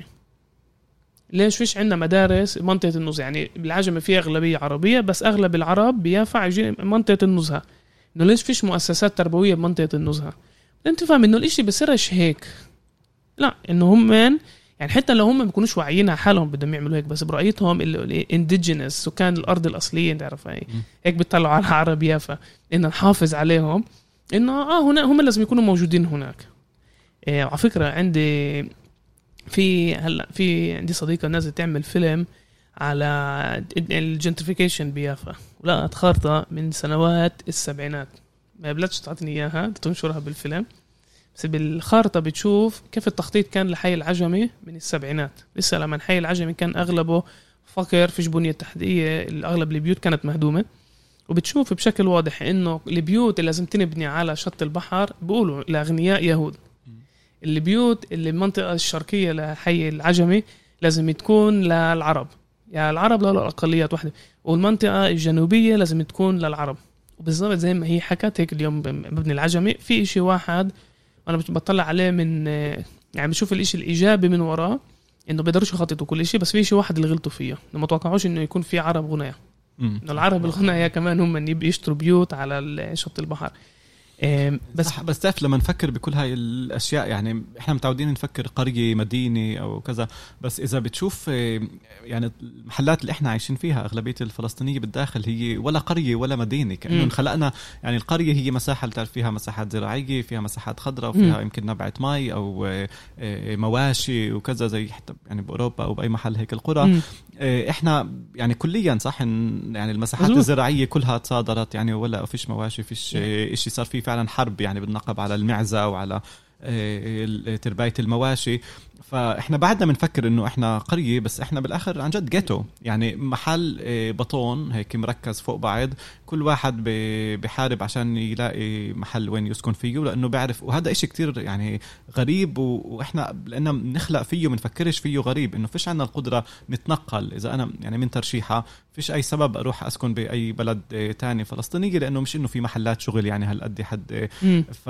ليش فيش عندنا مدارس منطقة النزهة؟ يعني بالعجمة فيها أغلبية عربية، بس أغلب العرب بيافا عايشين منطقة النزهة، إنه ليش فيش مؤسسات تربوية بمنطقة النزهة؟ أنت فاهم إنه الإشي بصيرش هيك، لا، إنه هم من يعني حتى لو هم بيكونوش واعيين على حالهم بدهم يعملوا هيك، بس برأيتهم الانديجينس سكان الأرض الأصلية تعرف هيك هيك بيطلعوا على العرب يافا إن نحافظ عليهم، إنه آه هنا هم لازم يكونوا موجودين هناك. إيه على فكرة عندي في هلا في عندي صديقة نازل تعمل فيلم على الجنتريفيكيشن بيافا، ولا خارطة من سنوات السبعينات، ما بلاتش تعطيني إياها تنشرها بالفيلم، بس بالخارطة بتشوف كيف التخطيط كان لحي العجمي من السبعينات. لسه لما حي العجمي كان أغلبه فقر، فيش بنية تحتية، الأغلب البيوت كانت مهدومة، وبتشوف بشكل واضح إنه البيوت اللي لازم تنبني على شط البحر بيقولوا لأغنياء يهود، البيوت اللي المنطقة الشرقية لحي العجمي لازم تكون للعرب، يعني العرب لا الأقليات واحدة، والمنطقة الجنوبية لازم تكون للعرب. وبالضبط زي ما هي حكت هيك اليوم بابن العجمي في إشي واحد أنا بطلع عليه من يعني بشوف الإشي الإيجابي من وراه، انه بيقدروش يخططوا كل شيء، بس في شيء واحد اللي غلطوا فيه، انه ما توقعوش انه يكون في عرب غنايا، انه العرب الغنايا كمان هم اللي يشتروا بيوت على شط البحر. بس بس تعرف لما نفكر بكل هاي الاشياء، يعني احنا متعودين نفكر قريه مدينه او كذا، بس اذا بتشوف يعني المحلات اللي احنا عايشين فيها اغلبيه الفلسطينيه بالداخل هي ولا قريه ولا مدينه، كانه انخلقنا يعني القريه هي مساحه اللي تعرف فيها مساحات زراعيه، فيها مساحات خضراء، وفيها يمكن نبعه مي او مواشي وكذا، زي حتى يعني باوروبا او باي محل هيك القرى. م. احنا يعني كليا صح يعني المساحات مزبوط. الزراعيه كلها تصادرت، يعني ولا فيش مواشي، فيش شيء، صار فيه فعلا حرب يعني بالنقب على المعزة وعلى ترباية المواشي. فإحنا بعدنا بنفكر إنه إحنا قرية، بس إحنا بالآخر عن جد جيتو، يعني محل بطون هيك مركز فوق بعض، كل واحد بحارب عشان يلاقي محل وين يسكن فيه، لأنه بعرف. وهذا إشي كتير يعني غريب، وإحنا لأننا نخلق فيه منفكرش فيه غريب، إنه فيش عنا القدرة نتنقل. إذا أنا يعني من ترشيحة فيش أي سبب أروح أسكن بأي بلد تاني فلسطينية، لأنه مش إنه في محلات شغل يعني هالقد حد. ف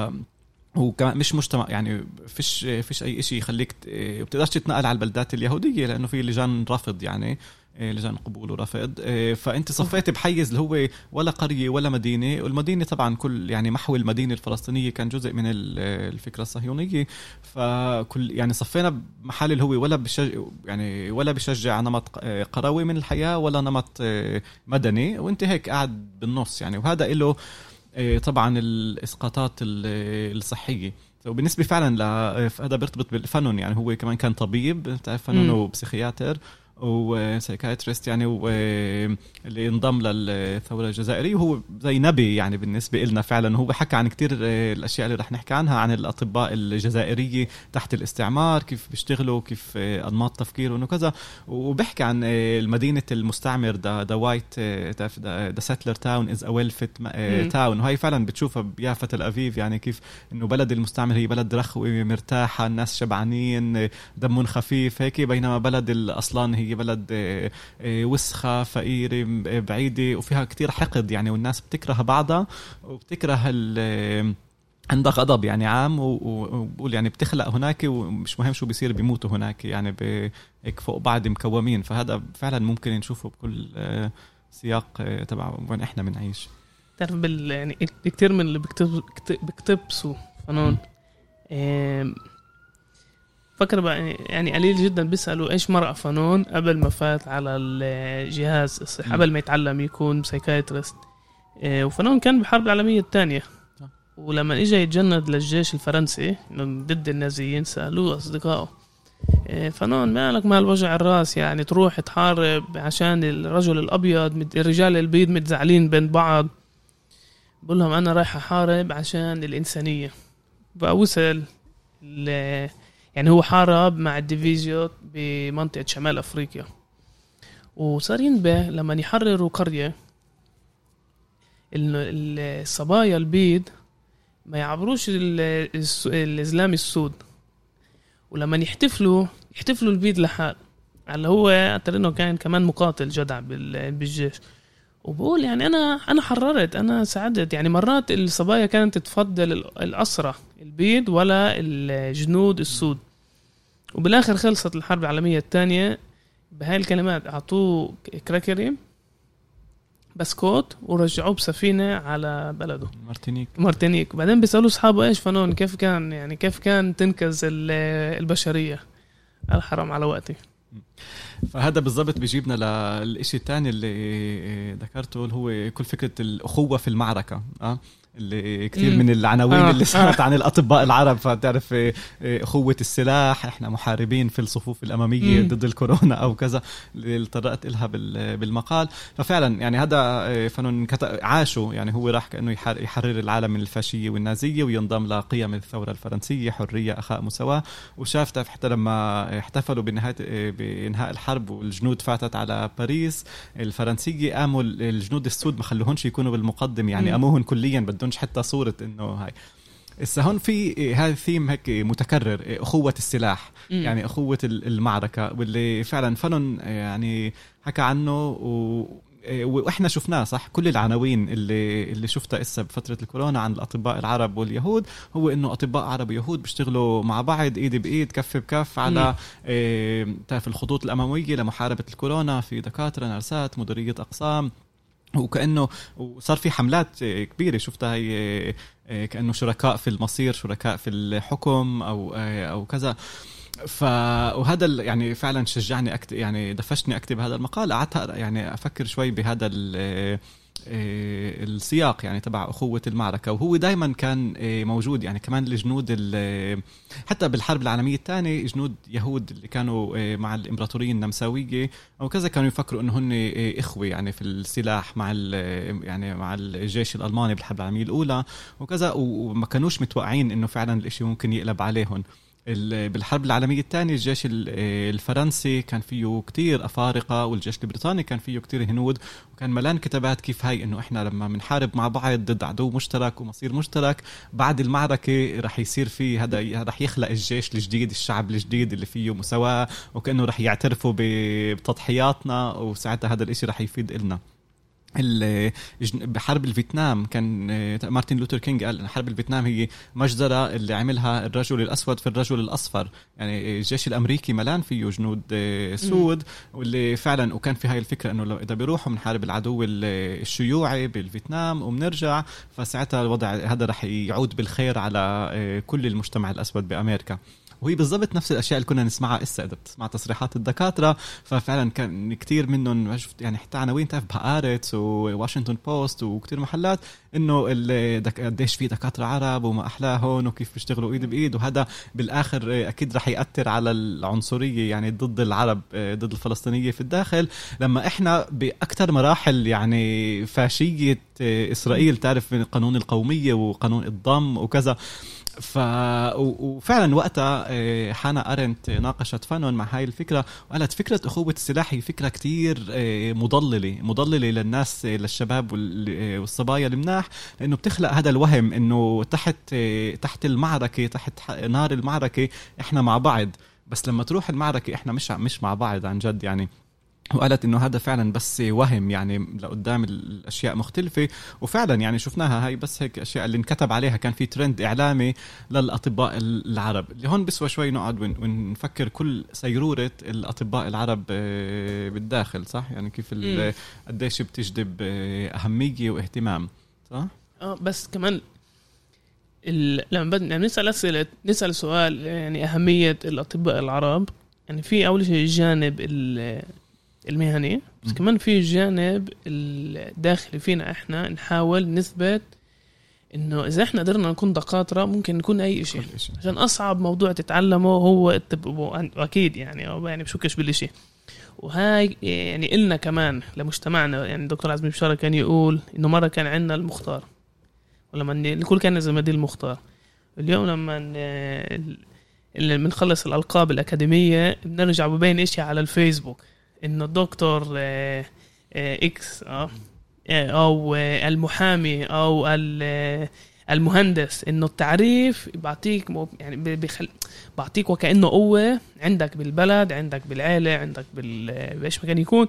وكمان مش مجتمع، يعني فيش فيش اي شيء يخليك بتقدرش تتنقل على البلدات اليهوديه، لانه في لجان رفض، يعني لجان قبول ورفض. فانت صفيت بحيز اللي هو ولا قريه ولا مدينه، والمدينه طبعا كل يعني محو المدينه الفلسطينيه كان جزء من الفكره الصهيونيه. فكل يعني صفينا بمحل اللي هو ولا بشجع يعني ولا بشجع نمط قروي من الحياه ولا نمط مدني، وانت هيك قاعد بالنص يعني. وهذا له طبعا الاسقاطات الصحيه. وبالنسبه فعلا هذا بيرتبط بالفنون، يعني هو كمان كان طبيب، تعرف فنون وبسيخياتر وسايكايتريست يعني، واللي انضم للثورة الجزائرية، وهو زي نبي يعني بالنسبة لنا فعلا. هو حكى عن كتير الأشياء اللي رح نحكي عنها، عن الأطباء الجزائرية تحت الاستعمار، كيف بيشتغلوا، كيف أنماط تفكيرهم وكذا. وبحكي عن المدينة المستعمر دا دا وايت دا ساتلر تاون إز أويل فيت تاون، وهي فعلا بتشوفها بيافة الأفيف، يعني كيف إنه بلد المستعمر هي بلد رخوة مرتاحة، الناس شبعانين دمون خفيف هيك، بينما بلد الأصلان هي بلد وسخة فقيرة بعيدة وفيها كتير حقد يعني، والناس بتكره بعضها وبتكره عندها غضب يعني عام، وبقول يعني بتخلق هناك ومش مهم شو بيصير بيموتوا هناك يعني هيك فوق بعض مكومين. فهذا فعلا ممكن نشوفه بكل سياق تبع وين احنا بنعيش. تعرف بال يعني كتير من اللي بيكتب بيكتبسوا فنون فكر بقى يعني قليل جدا بيسألوا إيش مرأة فنون قبل ما فات على الجهاز الصحي، قبل ما يتعلم يكون سايكايتريست. وفنون كان بالحرب العالمية الثانية، ولما إجا يتجند للجيش الفرنسي ضد النازيين سألوه أصدقائه فنون مالك مال وجع الراس، يعني تروح تحارب عشان الرجل الأبيض، الرجال البيض متزعلين بين بعض. بقول لهم أنا رايح أحارب عشان الإنسانية. بقى وصل ل يعني هو حارب مع الديفيزيون بمنطقة شمال أفريقيا، وصار ينبه لما يحرروا قرية الصبايا البيض ما يعبروش الإسلام السود، ولما يحتفلوا يحتفلوا البيض لحال، على هو أعتقد إنه كان كمان مقاتل جدع بالجيش. وبقول يعني أنا أنا حررت، أنا ساعدت. يعني مرات الصبايا كانت تفضل الأسرة البيض ولا الجنود السود، وبالآخر خلصت الحرب العالمية الثانية بهاي الكلمات. أعطوه كراكريم بسكوت ورجعوه بسفينة على بلده مارتينيك مارتينيك وبعدين بيسألوا أصحابه إيش فنون، كيف كان يعني كيف كان تنقذ البشرية. الحرام على وقتي. فهذا بالضبط بيجيبنا للإشي الثاني اللي ذكرته، اللي هو كل فكرة الأخوة في المعركة. أه اللي كتير مم. من العناوين آه. اللي صارت آه. عن الأطباء العرب، فتعرف أخوة السلاح، إحنا محاربين في الصفوف الأمامية مم. ضد الكورونا أو كذا اللي طرقت إلها بالمقال. ففعلا يعني هذا فنون عاشوا، يعني هو راح كأنه يحرر العالم من الفاشية والنازية وينضم لقيم الثورة الفرنسية، حرية أخاء مساواة. وشاف تعرف حتى لما احتفلوا بنهاية بإنهاء الحرب والجنود فاتت على باريس الفرنسية، قاموا الجنود السود ما خلوهنش يكونوا بالمقدم، يعني قاموهن كليا بدون حتى صورة إنه هاي. هون في هذا الثيم هيك متكرر، أخوة السلاح مم. يعني أخوة المعركة، واللي فعلا فنون يعني حكى عنه. و واحنا شفناه صح. كل العناوين اللي اللي شفتها اسا بفتره الكورونا عن الاطباء العرب واليهود هو انه اطباء عرب ويهود بيشتغلوا مع بعض ايد بايد كف بكف على إيه تعرف الخطوط الاماميه لمحاربه الكورونا. في دكاتره نرسات مديريه اقسام وكأنه وصار في حملات كبيرة شفتها هي كأنه شركاء في المصير شركاء في الحكم أو أو كذا. ف وهذا يعني فعلا شجعني أكتب يعني دفشني أكتب هذا المقال. قعدت يعني أفكر شوي بهذا السياق يعني تبع أخوة المعركة وهو دايما كان موجود يعني كمان الجنود حتى بالحرب العالمية الثانية جنود يهود اللي كانوا مع الإمبراطورية النمساوية أو كذا كانوا يفكروا إنه هن إخوة يعني في السلاح مع يعني مع الجيش الألماني بالحرب العالمية الأولى وكذا وما كانوش متوقعين إنه فعلا الإشي ممكن يقلب عليهم. بالحرب العالمية الثانية الجيش الفرنسي كان فيه كتير أفارقة والجيش البريطاني كان فيه كتير هنود وكان ملان كتابات كيف هاي إنه إحنا لما منحارب مع بعض ضد عدو مشترك ومصير مشترك بعد المعركة رح يصير فيه هذا رح يخلق الجيش الجديد الشعب الجديد اللي فيه مساواة وكأنه رح يعترفوا بتضحياتنا وساعتها هذا الإشي رح يفيد إلنا. بحرب الفيتنام كان مارتن لوثر كينج قال ان حرب الفيتنام هي مجزرة اللي عملها الرجل الاسود في الرجل الاصفر. يعني الجيش الامريكي ملان فيه جنود سود واللي فعلا وكان في هاي الفكرة انه لو اذا بيروحوا من حرب العدو الشيوعي بالفيتنام وبنرجع فساعتها الوضع هذا رح يعود بالخير على كل المجتمع الاسود بامريكا. وهي بالضبط نفس الاشياء اللي كنا نسمعها اسا اذا بتسمع تصريحات الدكاتره ففعلا كان كتير منهم شفت يعني حتى عناوين تعرف بهارتس وواشنطن بوست وكتير محلات انه قديش في دكاتره عرب وما احلاهم وكيف بيشتغلوا ايد بايد وهذا بالاخر اكيد رح ياثر على العنصريه يعني ضد العرب ضد الفلسطينيه في الداخل لما احنا باكثر مراحل يعني فاشيه اسرائيل تعرف من قانون القوميه وقانون الضم وكذا. ف وفعلا وقتها حانا أرنت ناقشت فانون مع هاي الفكرة وقالت فكرة أخوة السلاح هي فكرة كتير مضللة مضللة للناس للشباب والصبايا المناح لأنه بتخلق هذا الوهم إنه تحت تحت المعركة تحت نار المعركة إحنا مع بعض بس لما تروح المعركة إحنا مش مش مع بعض عن جد يعني. وقالت إنه هذا فعلا بس وهم يعني لقدام الأشياء مختلفة وفعلا يعني شفناها هاي بس هيك أشياء اللي انكتب عليها كان في ترند إعلامي للأطباء العرب اللي هون بسوى شوي نقعد ونفكر كل سيرورة الأطباء العرب بالداخل صح يعني كيف قديش بتجذب أهمية واهتمام صح؟ آه بس كمان لما بدنا نسأل أسئلة نسأل سؤال يعني أهمية الأطباء العرب يعني في أول شيء الجانب المهني بس كمان في الجانب الداخلي فينا احنا نحاول نثبت انه اذا احنا قدرنا نكون دكاتره ممكن نكون اي شيء عشان اصعب موضوع تتعلمه هو الطب اكيد يعني يعني بشكش بالشيء. وهاي يعني إلنا كمان لمجتمعنا يعني دكتور عزمي بشارة كان يقول انه مره كان عندنا المختار ولما الكل كان زي ما دي المختار. اليوم لما اللي بنخلص الالقاب الاكاديميه بنرجع ببين اشي على الفيسبوك انه الدكتور اكس او المحامي او المهندس انه التعريف بعطيك يعني بيخل بعطيك وكانه قوه عندك بالبلد عندك بالعيله عندك بايش ما كان يكون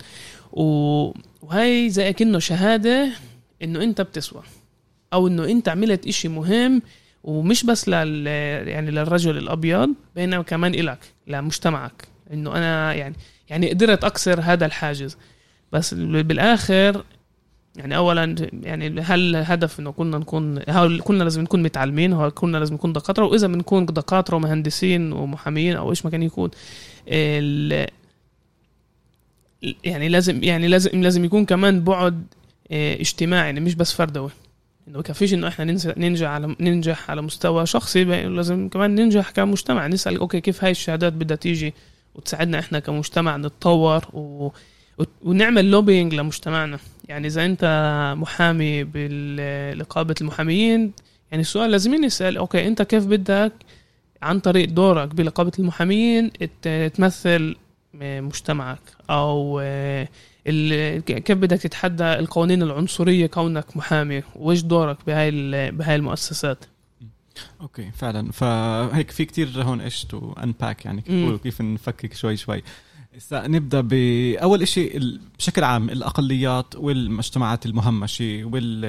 وهي زي كأنه شهاده انه انت بتسوى او انه انت عملت اشي مهم ومش بس لل يعني للرجل الابيض بينما كمان إلك لمجتمعك انه انا يعني يعني قدرت أكسر هذا الحاجز. بس بالآخر يعني أولا يعني هل الهدف إنه كنا نكون هل كنا لازم نكون متعلمين هل كنا لازم نكون دكاترة وإذا بنكون دكاترة ومهندسين ومحامين أو إيش ما كان يكون يعني لازم يعني لازم لازم يكون كمان بعد اجتماعي يعني مش بس فردوي إنه كفيش إنه إحنا ننجح على ننجح على مستوى شخصي لازم كمان ننجح كمجتمع. نسأل أوكي كيف هاي الشهادات بدها تيجي وتساعدنا احنا كمجتمع نتطور و... ونعمل لوبينج لمجتمعنا. يعني اذا انت محامي بنقابه المحامين يعني السؤال لازم نسال اوكي انت كيف بدك عن طريق دورك بنقابه المحامين تمثل مجتمعك او ال... كيف بدك تتحدى القوانين العنصريه كونك محامي وايش دورك بهاي ال... بهاي المؤسسات. اوكي فعلا فهيك في كتير هون ايش تو انباك يعني كيف كيف نفكك شوي شوي. نبدأ بأول إشي بشكل عام الأقليات والمجتمعات المهمشة وال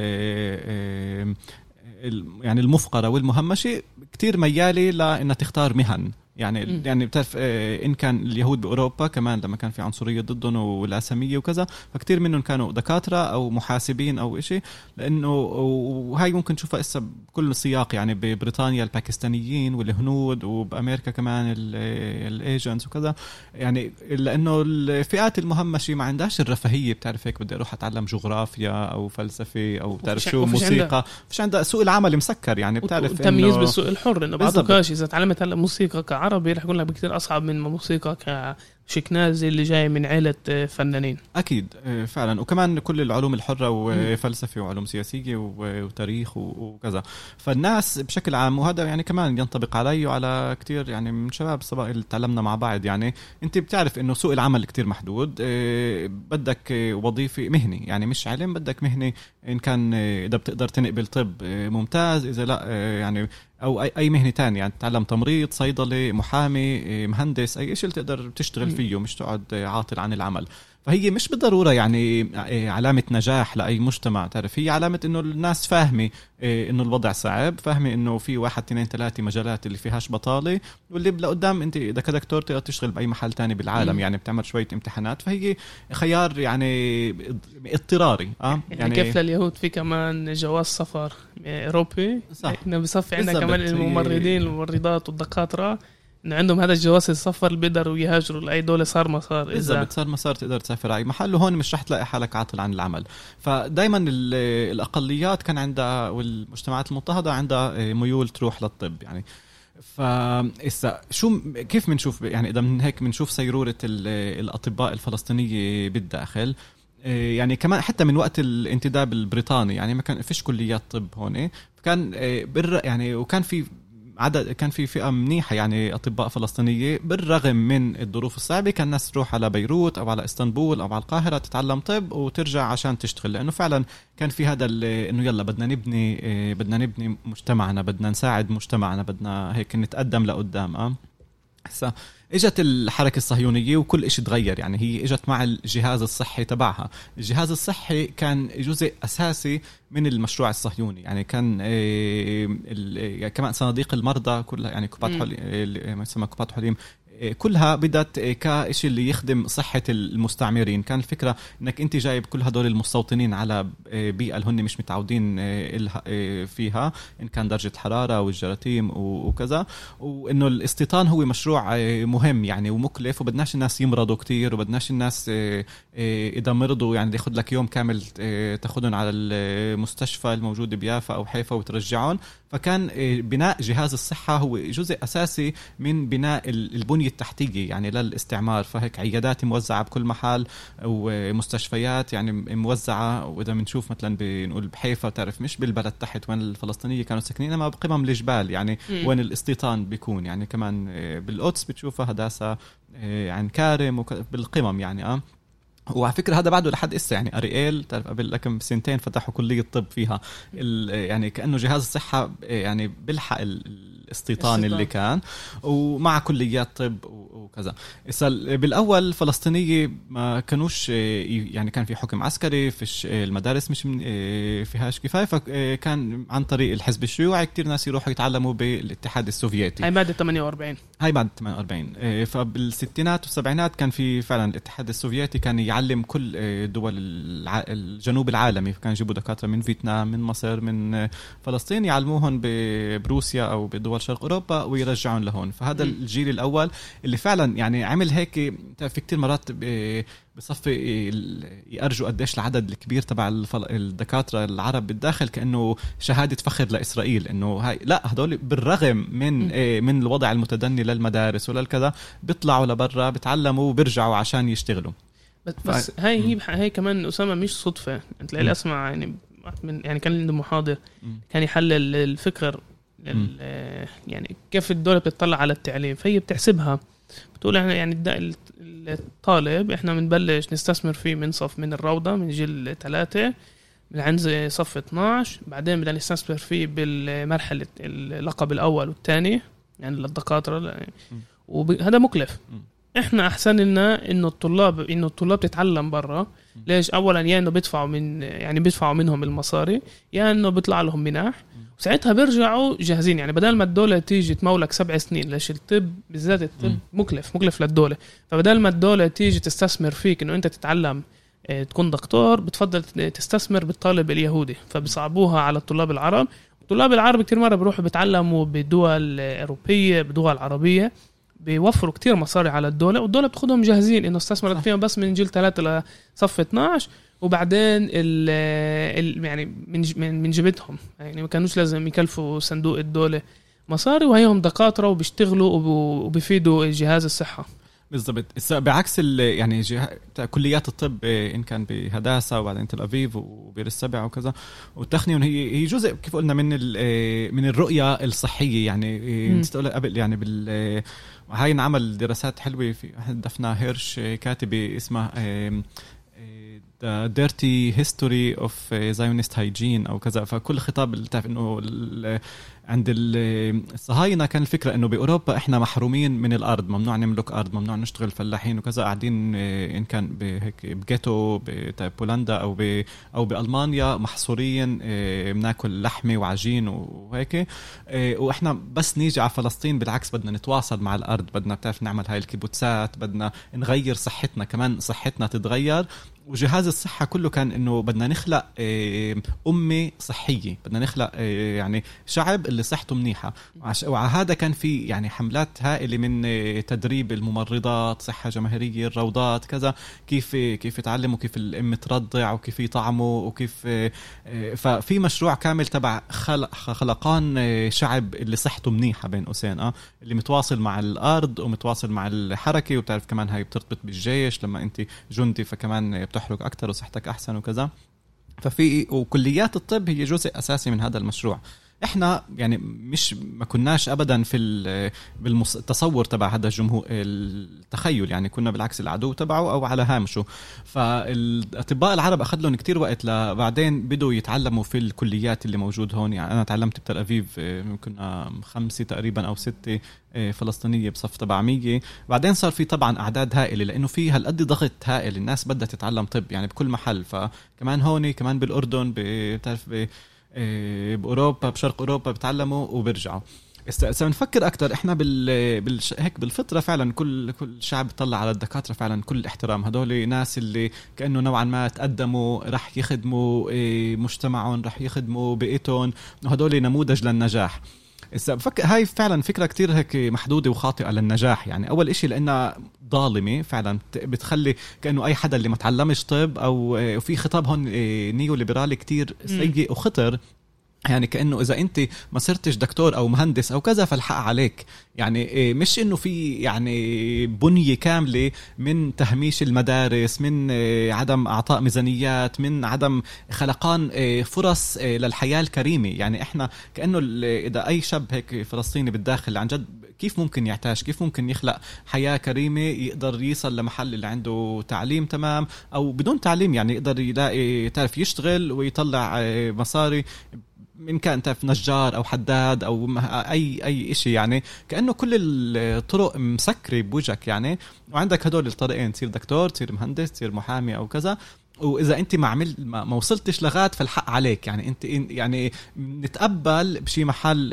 يعني المفقرة والمهمشة كتير ميالي لأنها تختار مهن. يعني م. يعني بتعرف إن كان اليهود بأوروبا كمان لما كان في عنصرية ضدهم والعسامية وكذا، فكتير منهم كانوا دكاترة أو محاسبين أو إشي، لأنه وهاي ممكن تشوفها إسا بكل سياق. يعني ببريطانيا الباكستانيين والهنود، وبأمريكا كمان الإيجنز وكذا. يعني لأنه الفئات المهمشة ما عندهاش الرفاهية، بتعرف هيك بدي أروح أتعلم جغرافيا أو فلسفة أو بتعرف شو موسيقى، فيش عندها سوق العمل مسكر. يعني بتعرف تمييز بالسوق الحر، إنه بعضوكاش إذا تعلمت هلا موسيقى كعربي رح يكون لك بكتير أصعب من موسيقى كشكنازي اللي جاي من عائلة فنانين. أكيد فعلا. وكمان كل العلوم الحرة وفلسفة وعلوم سياسية وتاريخ وكذا. فالناس بشكل عام، وهذا يعني كمان ينطبق علي وعلى كتير يعني من شباب الصباح اللي تعلمنا مع بعض. يعني أنت بتعرف إنه سوق العمل كتير محدود، بدك وظيفة مهني يعني مش علم، بدك مهني. إن كان إذا بتقدر تنقبل طب ممتاز، إذا لا يعني أو أي أي مهنة تانية، يعني تتعلم تمريض، صيدلي، محامي، مهندس، أي شيء تقدر تشتغل فيه مش تقعد عاطل عن العمل. فهي مش بالضرورة يعني علامة نجاح لأي مجتمع. تعرف هي علامة إنه الناس فاهمة إنه الوضع صعب، فاهمة إنه في واحد اثنين ثلاثة مجالات اللي فيهاش بطالة، واللي لقدام أنت إذا كدكتور تقدر تشتغل بأي محل تاني بالعالم. م. يعني بتعمل شوية امتحانات، فهي خيار يعني اضطراري. آه يعني, يعني كيف لليهود في كمان جواز سفر أوروبي، إحنا بصفي عندنا كمان الممرضين والممرضات والدكاترة إن عندهم هذا الجواز السفر اللي بيقدروا يهاجروا لأي دولة صار مسار. إذا بتصير مسار تقدر تسافر أي محل، وهون مش رح تلاقي حالك عاطل عن العمل. فدايما الأقليات كان عندها والمجتمعات المضطهدة عندها ميول تروح للطب. يعني فإسا شو كيف منشوف يعني إذا من هيك منشوف سيرورة الأطباء الفلسطينية بالداخل. يعني كمان حتى من وقت الانتداب البريطاني يعني ما كان فيش كليات طب هون، كان بر يعني وكان في عدد كان في فئة منيحة يعني أطباء فلسطينية. بالرغم من الظروف الصعبة كان الناس تروح على بيروت أو على إسطنبول أو على القاهرة تتعلم طب وترجع عشان تشتغل، لأنه فعلا كان في هذا إنه يلا بدنا نبني بدنا نبني مجتمعنا، بدنا نساعد مجتمعنا، بدنا هيك نتقدم لقدام. أه هسا اجت الحركة الصهيونية وكل إشي تغير. يعني هي اجت مع الجهاز الصحي تبعها. الجهاز الصحي كان جزء أساسي من المشروع الصهيوني. يعني كان يعني كمان صناديق المرضى كلها، يعني كوبات حليم ما يسمى كوبات حليم، كلها بدت كإشي اللي يخدم صحة المستعمرين. كان الفكرة انك انت جايب كل هدول المستوطنين على بيئة اللي هن مش متعودين فيها، ان كان درجة الحرارة والجراثيم وكذا، وانه الاستيطان هو مشروع مهم يعني ومكلف، وبدناش الناس يمرضوا كتير، وبدناش الناس اذا مرضوا يعني ياخد لك يوم كامل تاخدهم على المستشفى الموجود بيافا او حيفا وترجعهم. فكان بناء جهاز الصحة هو جزء أساسي من بناء البنية التحتية يعني للاستعمار. فهيك عيادات موزعة بكل محل ومستشفيات يعني موزعة. وإذا بنشوف مثلا بنقول بحيفا تعرف مش بالبلد تحت وين الفلسطينيين كانوا ساكنين، أما بقمم الجبال يعني م. وين الاستيطان بيكون. يعني كمان بالقدس بتشوفها هداسة عن كارم بالقمم يعني اه وعلى فكرة هذا بعده لحد إسا يعني أريئيل تعرف قبل لكم سنتين فتحوا كلية طب فيها. يعني كأنه جهاز الصحة يعني بلحق الاستيطان اللي كان ومع كليات طب وكذا. إسا بالأول الفلسطينية ما كانوش يعني كان في حكم عسكري، فيش المدارس مش فيهاش كفاية، فكان عن طريق الحزب الشيوعي كتير ناس يروحوا يتعلموا بالاتحاد السوفيتي. هاي بعد ثمانية وأربعين هاي بعد ثمانية وأربعين. فبالستينات والسبعينات كان في فعلا الاتحاد السوفيتي كان يعلم كل دول الجنوب العالمي، كان يجيبوا دكاترة من فيتنام من مصر من فلسطين يعلموهم بروسيا أو بدول شرق أوروبا ويرجعون لهون. فهذا م. الجيل الأول اللي فعلا يعني عمل هيك. في كتير مرات بصفي يأرجوا قديش العدد الكبير تبع الدكاترة العرب بالداخل كأنه شهادة فخر لإسرائيل، إنه هاي لا هدول بالرغم من م. من الوضع المتدني للمدارس وللكذا بيطلعوا لبرا بتعلموا وبرجعوا عشان يشتغلوا. بس ف... هاي هي هاي كمان أسامة مش صدفة. انت لي اسمع يعني من يعني كان عنده محاضر كان يحلل الفكر يعني كيف الدولة بتطلع على التعليم. فهي بتحسبها بتقول احنا يعني الطالب احنا بنبلش نستثمر فيه من صف من الروضة من جيل ثلاثة من عند صف اثناشر، بعدين بدنا نستثمر فيه بالمرحلة اللقب الأول والثاني يعني للدكاترة، وهذا مكلف. احنا احسن لنا انه الطلاب انه الطلاب تتعلم برا. ليش؟ اولا يا انه بيدفعوا من يعني بيدفعوا منهم المصاري، يا انه بيطلع لهم منح، وساعتها بيرجعوا جاهزين. يعني بدل ما الدولة تيجي تمولك سبع سنين، ليش الطب بالذات الطب مكلف مكلف للدولة، فبدل ما الدولة تيجي تستثمر فيك انه انت تتعلم اه تكون دكتور، بتفضل تستثمر بالطالب اليهودي، فبيصعبوها على الطلاب العرب. الطلاب العرب كتير مرة بيروحوا بيتعلموا بدول أوروبية بدول عربية، بيوفروا كتير مصاري على الدولة، والدولة بتاخدهم جاهزين إنه استثمرت فيهم بس من جيل ثلاثة لصف اثناشر، وبعدين ال ال يعني من من جبتهم، يعني ما كانوش لازم يكلفوا صندوق الدولة مصاري، وهيهم دكاترة وبيشتغلوا وبيفيدوا جهاز الصحة. بالضبط. بعكس يعني كليات الطب إن كان بهداسة وبعدين تل أبيب وبير السبع وكذا والتخنيون، هي هي جزء كيف قلنا من من الرؤية الصحية. يعني نسيت أقول قبل يعني بال هاي نعمل دراسات حلوة في دفنا هيرش كاتبة اسمها The Dirty History of Zionist Hygiene أو كذا. فكل خطاب اللي تعرف إنه عند الصهاينة كان الفكرة إنه بأوروبا إحنا محرومين من الأرض، ممنوع نملك أرض، ممنوع نشتغل فلاحين وكذا، قاعدين إن كان بهيك بجيتو ببولندا أو ب أو بألمانيا محصورين، بناكل لحمة وعجين وهيك، وإحنا بس نيجي على فلسطين بالعكس بدنا نتواصل مع الأرض، بدنا بتعرف نعمل هاي الكيبوتسات، بدنا نغير صحتنا كمان، صحتنا تتغير. وجهاز الصحة كله كان إنه بدنا نخلق أمة صحية، بدنا نخلق يعني شعب اللي صحته منيحة. وعلى هذا كان في يعني حملات هائلة من تدريب الممرضات، صحة جماهيرية، الروضات كذا، كيف كيف يتعلموا كيف الأم ترضع وكيف يطعموا وكيف. ففي مشروع كامل تبع خلق خلقان شعب اللي صحته منيحة بين قوسين، اه اللي متواصل مع الأرض ومتواصل مع الحركة. وبتعرف كمان هاي بترتبط بالجيش، لما أنت جندي فكمان بتحرك أكتر وصحتك أحسن وكذا. ففي وكليات الطب هي جزء أساسي من هذا المشروع. احنا يعني مش ما كناش ابدا في بالتصور تبع هذا الجمهور التخيل، يعني كنا بالعكس العدو تبعه او على هامشه. فالاطباء العرب اخذ لهم كتير وقت لبعدين بدوا يتعلموا في الكليات اللي موجود هون. يعني انا تعلمت بتل ابيب كنا خمسة تقريبا او ستة فلسطينيه بصف تبع مية. بعدين صار في طبعا اعداد هائله لانه في هالقد ضغط هائل، الناس بدها تتعلم طب يعني بكل محل. فكمان هون كمان بالاردن بتعرف ب بأوروبا بشرق أوروبا بتعلموا وبرجعوا. سنفكر أكتر إحنا بال... بال... هيك بالفطرة فعلا كل كل شعب بيطلع على الدكاترة فعلا كل احترام. هدول ناس اللي كأنه نوعا ما تقدموا، رح يخدموا مجتمعهم، رح يخدموا بيئتهم، وهدول نموذج للنجاح. بفكر هاي فعلا فكرة كتير هيك محدودة وخاطئة للنجاح. يعني أول إشي لأنها ظالمة فعلا، بتخلي كأنه أي حدا اللي ما تعلمش طب أو وفي خطاب هون نيو ليبرالي كتير سيء وخطر. يعني كأنه إذا أنت ما صرتش دكتور أو مهندس أو كذا فالحق عليك. يعني مش إنه في يعني بنية كاملة من تهميش المدارس، من عدم أعطاء ميزانيات، من عدم خلقان فرص للحياة الكريمة. يعني إحنا كأنه إذا أي شاب هيك فلسطيني بالداخل عن جد كيف ممكن يعتاش، كيف ممكن يخلق حياة كريمة، يقدر يصل لمحل اللي عنده تعليم تمام أو بدون تعليم، يعني يقدر يلاقي تعرف يشتغل ويطلع مصاري، من كان تعرف نجار أو حداد أو أي أي إشي. يعني كأنه كل الطرق مسكرة بوجهك يعني. وعندك هدول الطريقين، تصير دكتور، تصير مهندس، تصير محامي أو كذا. وإذا أنت ما عمل ما وصلتش لغات فالحق عليك. يعني أنت يعني نتقبل بشي محل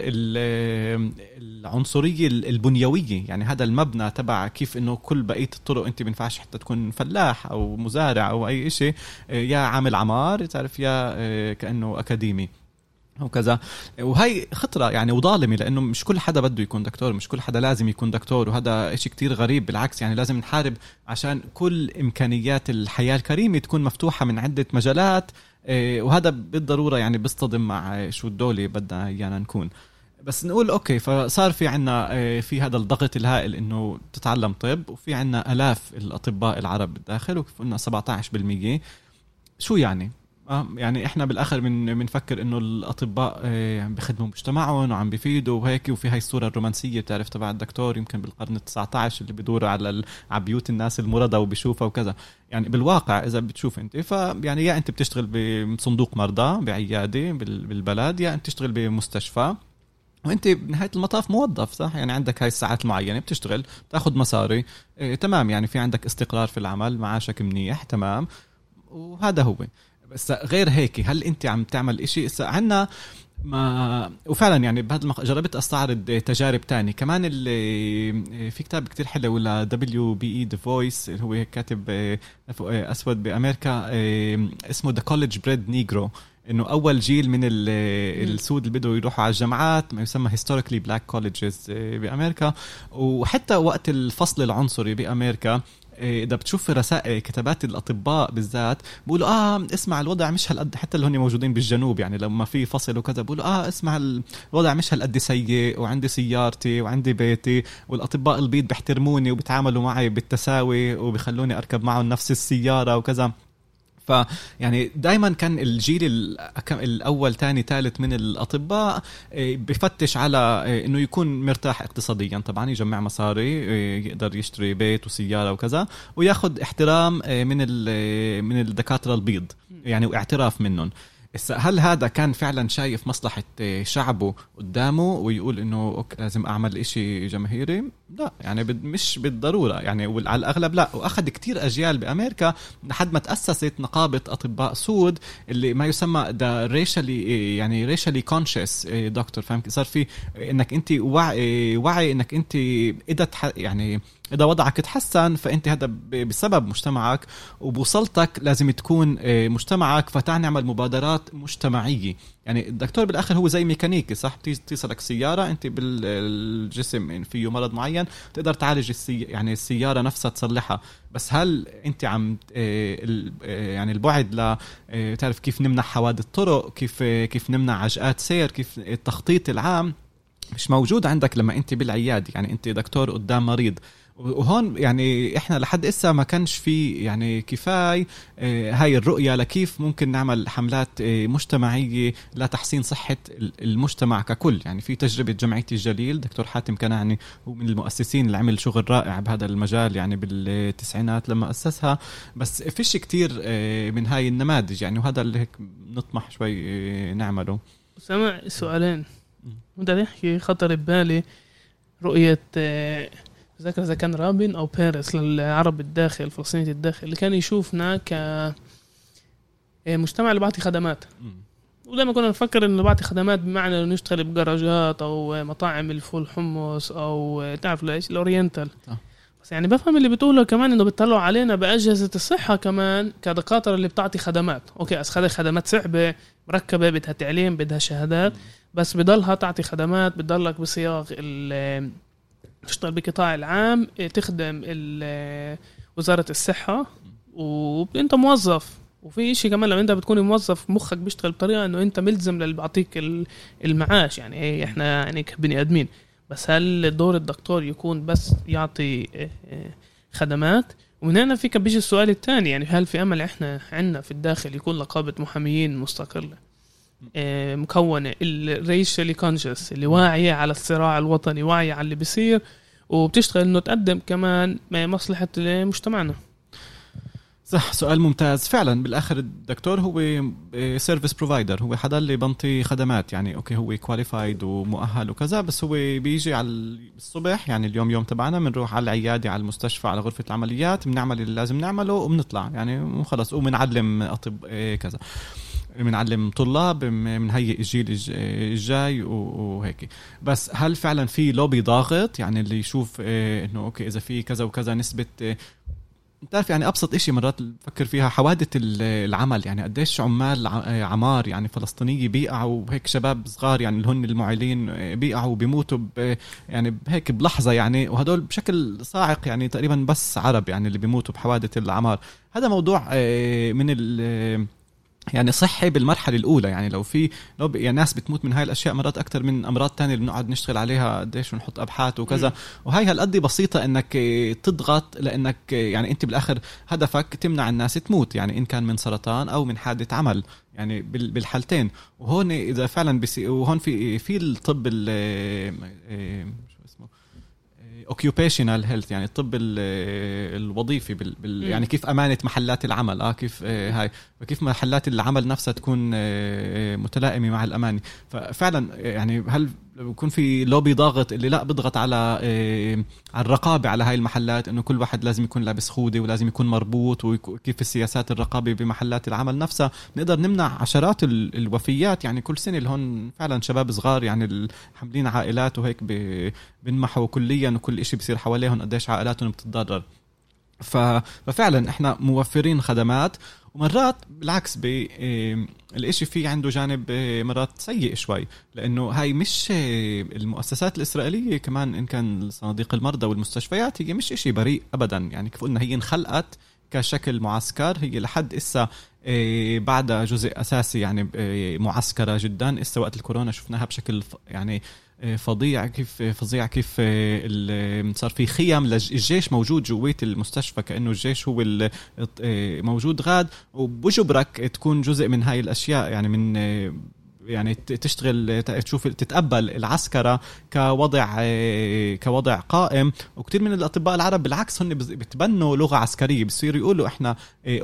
العنصرية البنيوية. يعني هذا المبنى تبع كيف إنه كل بقية الطرق أنت بنفعش حتى تكون فلاح أو مزارع أو أي إشي، يا عامل عمار تعرف، يا كأنه أكاديمي وكذا. وهي خطرة يعني وظالمة، لأنه مش كل حدا بده يكون دكتور، مش كل حدا لازم يكون دكتور، وهذا إشي كتير غريب. بالعكس يعني لازم نحارب عشان كل إمكانيات الحياة الكريمة تكون مفتوحة من عدة مجالات. وهذا بالضرورة يعني بيصطدم مع شو الدولة بدنا يعني نكون. بس نقول أوكي، فصار في عنا في هذا الضغط الهائل إنه تتعلم طب، وفي عنا آلاف الأطباء العرب بالداخل، وكيف قلنا سبعة عشر بالمية. شو يعني آه يعني احنا بالاخر من بنفكر انه الاطباء آه عم بيخدموا مجتمعهم وعم بيفيدوا وهيك، وفي هاي الصوره الرومانسيه بتعرف تبع الدكتور يمكن بالقرن التاسع عشر اللي بيدور على عبيوت الناس المرضى وبيشوفها وكذا. يعني بالواقع اذا بتشوف انت فيعني يا انت بتشتغل بصندوق مرضى بعياده بالبلد، يا انت تشتغل بمستشفى وانت بنهايه المطاف موظف صح، يعني عندك هاي الساعات المعينه بتشتغل تاخذ مصاري اه تمام، يعني في عندك استقرار في العمل، معاشك منيح تمام، وهذا هو. بس غير هيك هل انت عم تعمل اشي عنا ما؟ وفعلا يعني بهذا المق... جربت استعرض تجارب تاني كمان. اللي في كتاب كتير حلو ل دبليو بي اي The Voice، اللي هو كاتب اسود بامريكا اسمه The College Bred Negro، انه اول جيل من السود اللي بدوا يروحوا على الجامعات ما يسمى historically black colleges بامريكا. وحتى وقت الفصل العنصري بامريكا إذا بتشوف في رسائل كتابات الأطباء بالذات بيقولوا آه اسمع الوضع مش هالقد، حتى اللي هن موجودين بالجنوب يعني لما في فصل وكذا بيقولوا آه اسمع الوضع مش هالقد سيء، وعندي سيارتي وعندي بيتي، والأطباء البيض بيحترموني وبيتعاملوا معي بالتساوي وبيخلوني أركب معهم نفس السيارة وكذا. فيعني دائما كان الجيل الأول تاني ثالث من الأطباء بفتش على إنه يكون مرتاح اقتصاديا، طبعا يجمع مصاري يقدر يشتري بيت وسيارة وكذا، وياخد احترام من من الدكاترة البيض يعني واعتراف منهم. هل هذا كان فعلا شايف مصلحة شعبه قدامه ويقول إنه لازم أعمل إشي جماهيري؟ لا يعني مش بالضرورة يعني، وعلى الأغلب لا. وأخذ كتير أجيال بأمريكا لحد ما تأسست نقابة أطباء سود اللي ما يسمى دا ريشالي يعني ريشالي كونشس دكتور، فاهم؟ صار في إنك أنت وعي وعي إنك أنت إذا يعني إذا وضعك تحسن فأنت هذا بسبب مجتمعك، وبوصلتك لازم تكون مجتمعك، فتعال نعمل مبادرات مجتمعية. يعني الدكتور بالآخر هو زي ميكانيكي صح، تصلك سيارة أنت بالجسم فيه مرض معين تقدر تعالج السي... يعني السيارة نفسها تصلحها، بس هل أنت عم يعني البعد ل تعرف كيف نمنع حوادث طرق، كيف كيف نمنع عجقات سير، كيف التخطيط العام مش موجود عندك لما أنت بالعيادة، يعني أنت دكتور قدام مريض. وهون يعني احنا لحد اسا ما كانش في يعني كفاية هاي الرؤية لكيف ممكن نعمل حملات مجتمعية لتحسين صحة المجتمع ككل. يعني في تجربة جمعية الجليل، دكتور حاتم كناعني هو من المؤسسين اللي عمل شغل رائع بهذا المجال يعني بالتسعينات لما أسسها، بس فيش كتير من هاي النماذج يعني، وهذا اللي هيك نطمح شوي نعمله. سمع سؤالين وده نحكي خطر ببالي، رؤية ذكر إذا كان رابين أو بيرس للعرب الداخل الفلسطيني الداخل اللي كان يشوفنا كمجتمع اللي بعطي خدمات، ودائما كنا نفكر إنه بعطي خدمات بمعنى إنه نشتغل بجراجات أو مطاعم الفول حمص أو تعرف ليش الأورينتال. بس يعني بفهم اللي بتقوله كمان إنه بيطلعوا علينا بأجهزة الصحة كمان كدكاترة اللي بتعطي خدمات. أوكي أس خدمات صعبة مركبة، بدها تعليم بدها شهادات، بس بضلها تعطي خدمات، بضلك بصياغ ال تشتغل بقطاع العام، تخدم وزارة الصحة وانت موظف. وفي اشي كمان لما انت بتكون موظف مخك بيشتغل بطريقة انه انت ملزم للي بعطيك المعاش. يعني احنا يعني كبني ادمين، بس هل دور الدكتور يكون بس يعطي خدمات؟ ومن هنا فيك بيجي السؤال الثاني، يعني هل في امل احنا عنا في الداخل يكون نقابة محاميين مستقلة مكونة الريشالي كونشس اللي واعية على الصراع الوطني، واعية على اللي بيصير، وبتشتغل انه تقدم كمان مصلحة مجتمعنا؟ صح، سؤال ممتاز فعلا. بالاخر الدكتور هو سيرفيس بروفايدر، هو حدا اللي بنطي خدمات. يعني اوكي هو كواليفايد ومؤهل وكذا، بس هو بيجي على الصبح يعني اليوم يوم تبعنا بنروح على العيادة على المستشفى على غرفة العمليات، بنعمل اللي لازم نعمله وبنطلع يعني وخلص، وبنعلم أطب كذا، بنعلم طلاب، بنهيئ الجيل الجاي وهيك. بس هل فعلا في لوبي ضاغط يعني اللي يشوف انه اوكي اذا في كذا وكذا نسبة؟ تعرف يعني ابسط اشي مرات بفكر فيها حوادث العمل، يعني قديش عمال عمار يعني فلسطينية بيقعوا هيك، شباب صغار يعني اللي هن المعيلين بيقعوا وبيموتوا يعني هيك بلحظة يعني، وهدول بشكل صاعق يعني تقريبا بس عرب يعني اللي بيموتوا بحوادث العمار. هذا موضوع من ال يعني صحي بالمرحلة الأولى. يعني لو في لو يعني ناس بتموت من هاي الأشياء مرات أكتر من أمراض تانية اللي بنقعد نشتغل عليها قديش ونحط أبحاث وكذا. وهاي هالقد بسيطة إنك تضغط، لأنك يعني أنت بالآخر هدفك تمنع الناس تموت، يعني إن كان من سرطان أو من حادث عمل يعني بالحالتين. وهون إذا فعلا بسي وهون في في الطب ال occupational health يعني الطب الوظيفي بال, بال يعني كيف أمانة محلات العمل اه كيف آه هاي وكيف محلات العمل نفسها تكون آه متلائمة مع الأمانة. ففعلا يعني هل بيكون في لوبي ضاغط اللي لا بضغط على إيه على الرقابة على هاي المحلات، إنه كل واحد لازم يكون لابس خوذة ولازم يكون مربوط، وكيف السياسات الرقابة بمحلات العمل نفسها. نقدر نمنع عشرات الوفيات يعني كل سنة، اللي هون فعلا شباب صغار يعني حاملين عائلات وهيك بنمحوا كليا، وكل إشي بيصير حواليهم قديش عائلاتهم بتتضرر. ففعلا احنا موفرين خدمات، ومرات بالعكس الاشي فيه عنده جانب مرات سيء شوي، لانه هاي مش المؤسسات الاسرائيلية كمان ان كان صناديق المرضى والمستشفيات هي مش اشي بريء ابدا. يعني كيف قلنا هي انخلقت كشكل معسكر، هي لحد إسا بعد جزء اساسي يعني معسكرة جدا. إسا وقت الكورونا شفناها بشكل يعني فظيع، كيف فظيع كيف صار في خيام للجيش موجود جويت المستشفى، كأنه الجيش هو موجود غاد، وبجبرك تكون جزء من هاي الأشياء. يعني من يعني تشتغل تشوف تتقبل العسكرة كوضع كوضع قائم. وكتير من الأطباء العرب بالعكس هن بتبنوا لغة عسكرية، بيصيروا يقولوا إحنا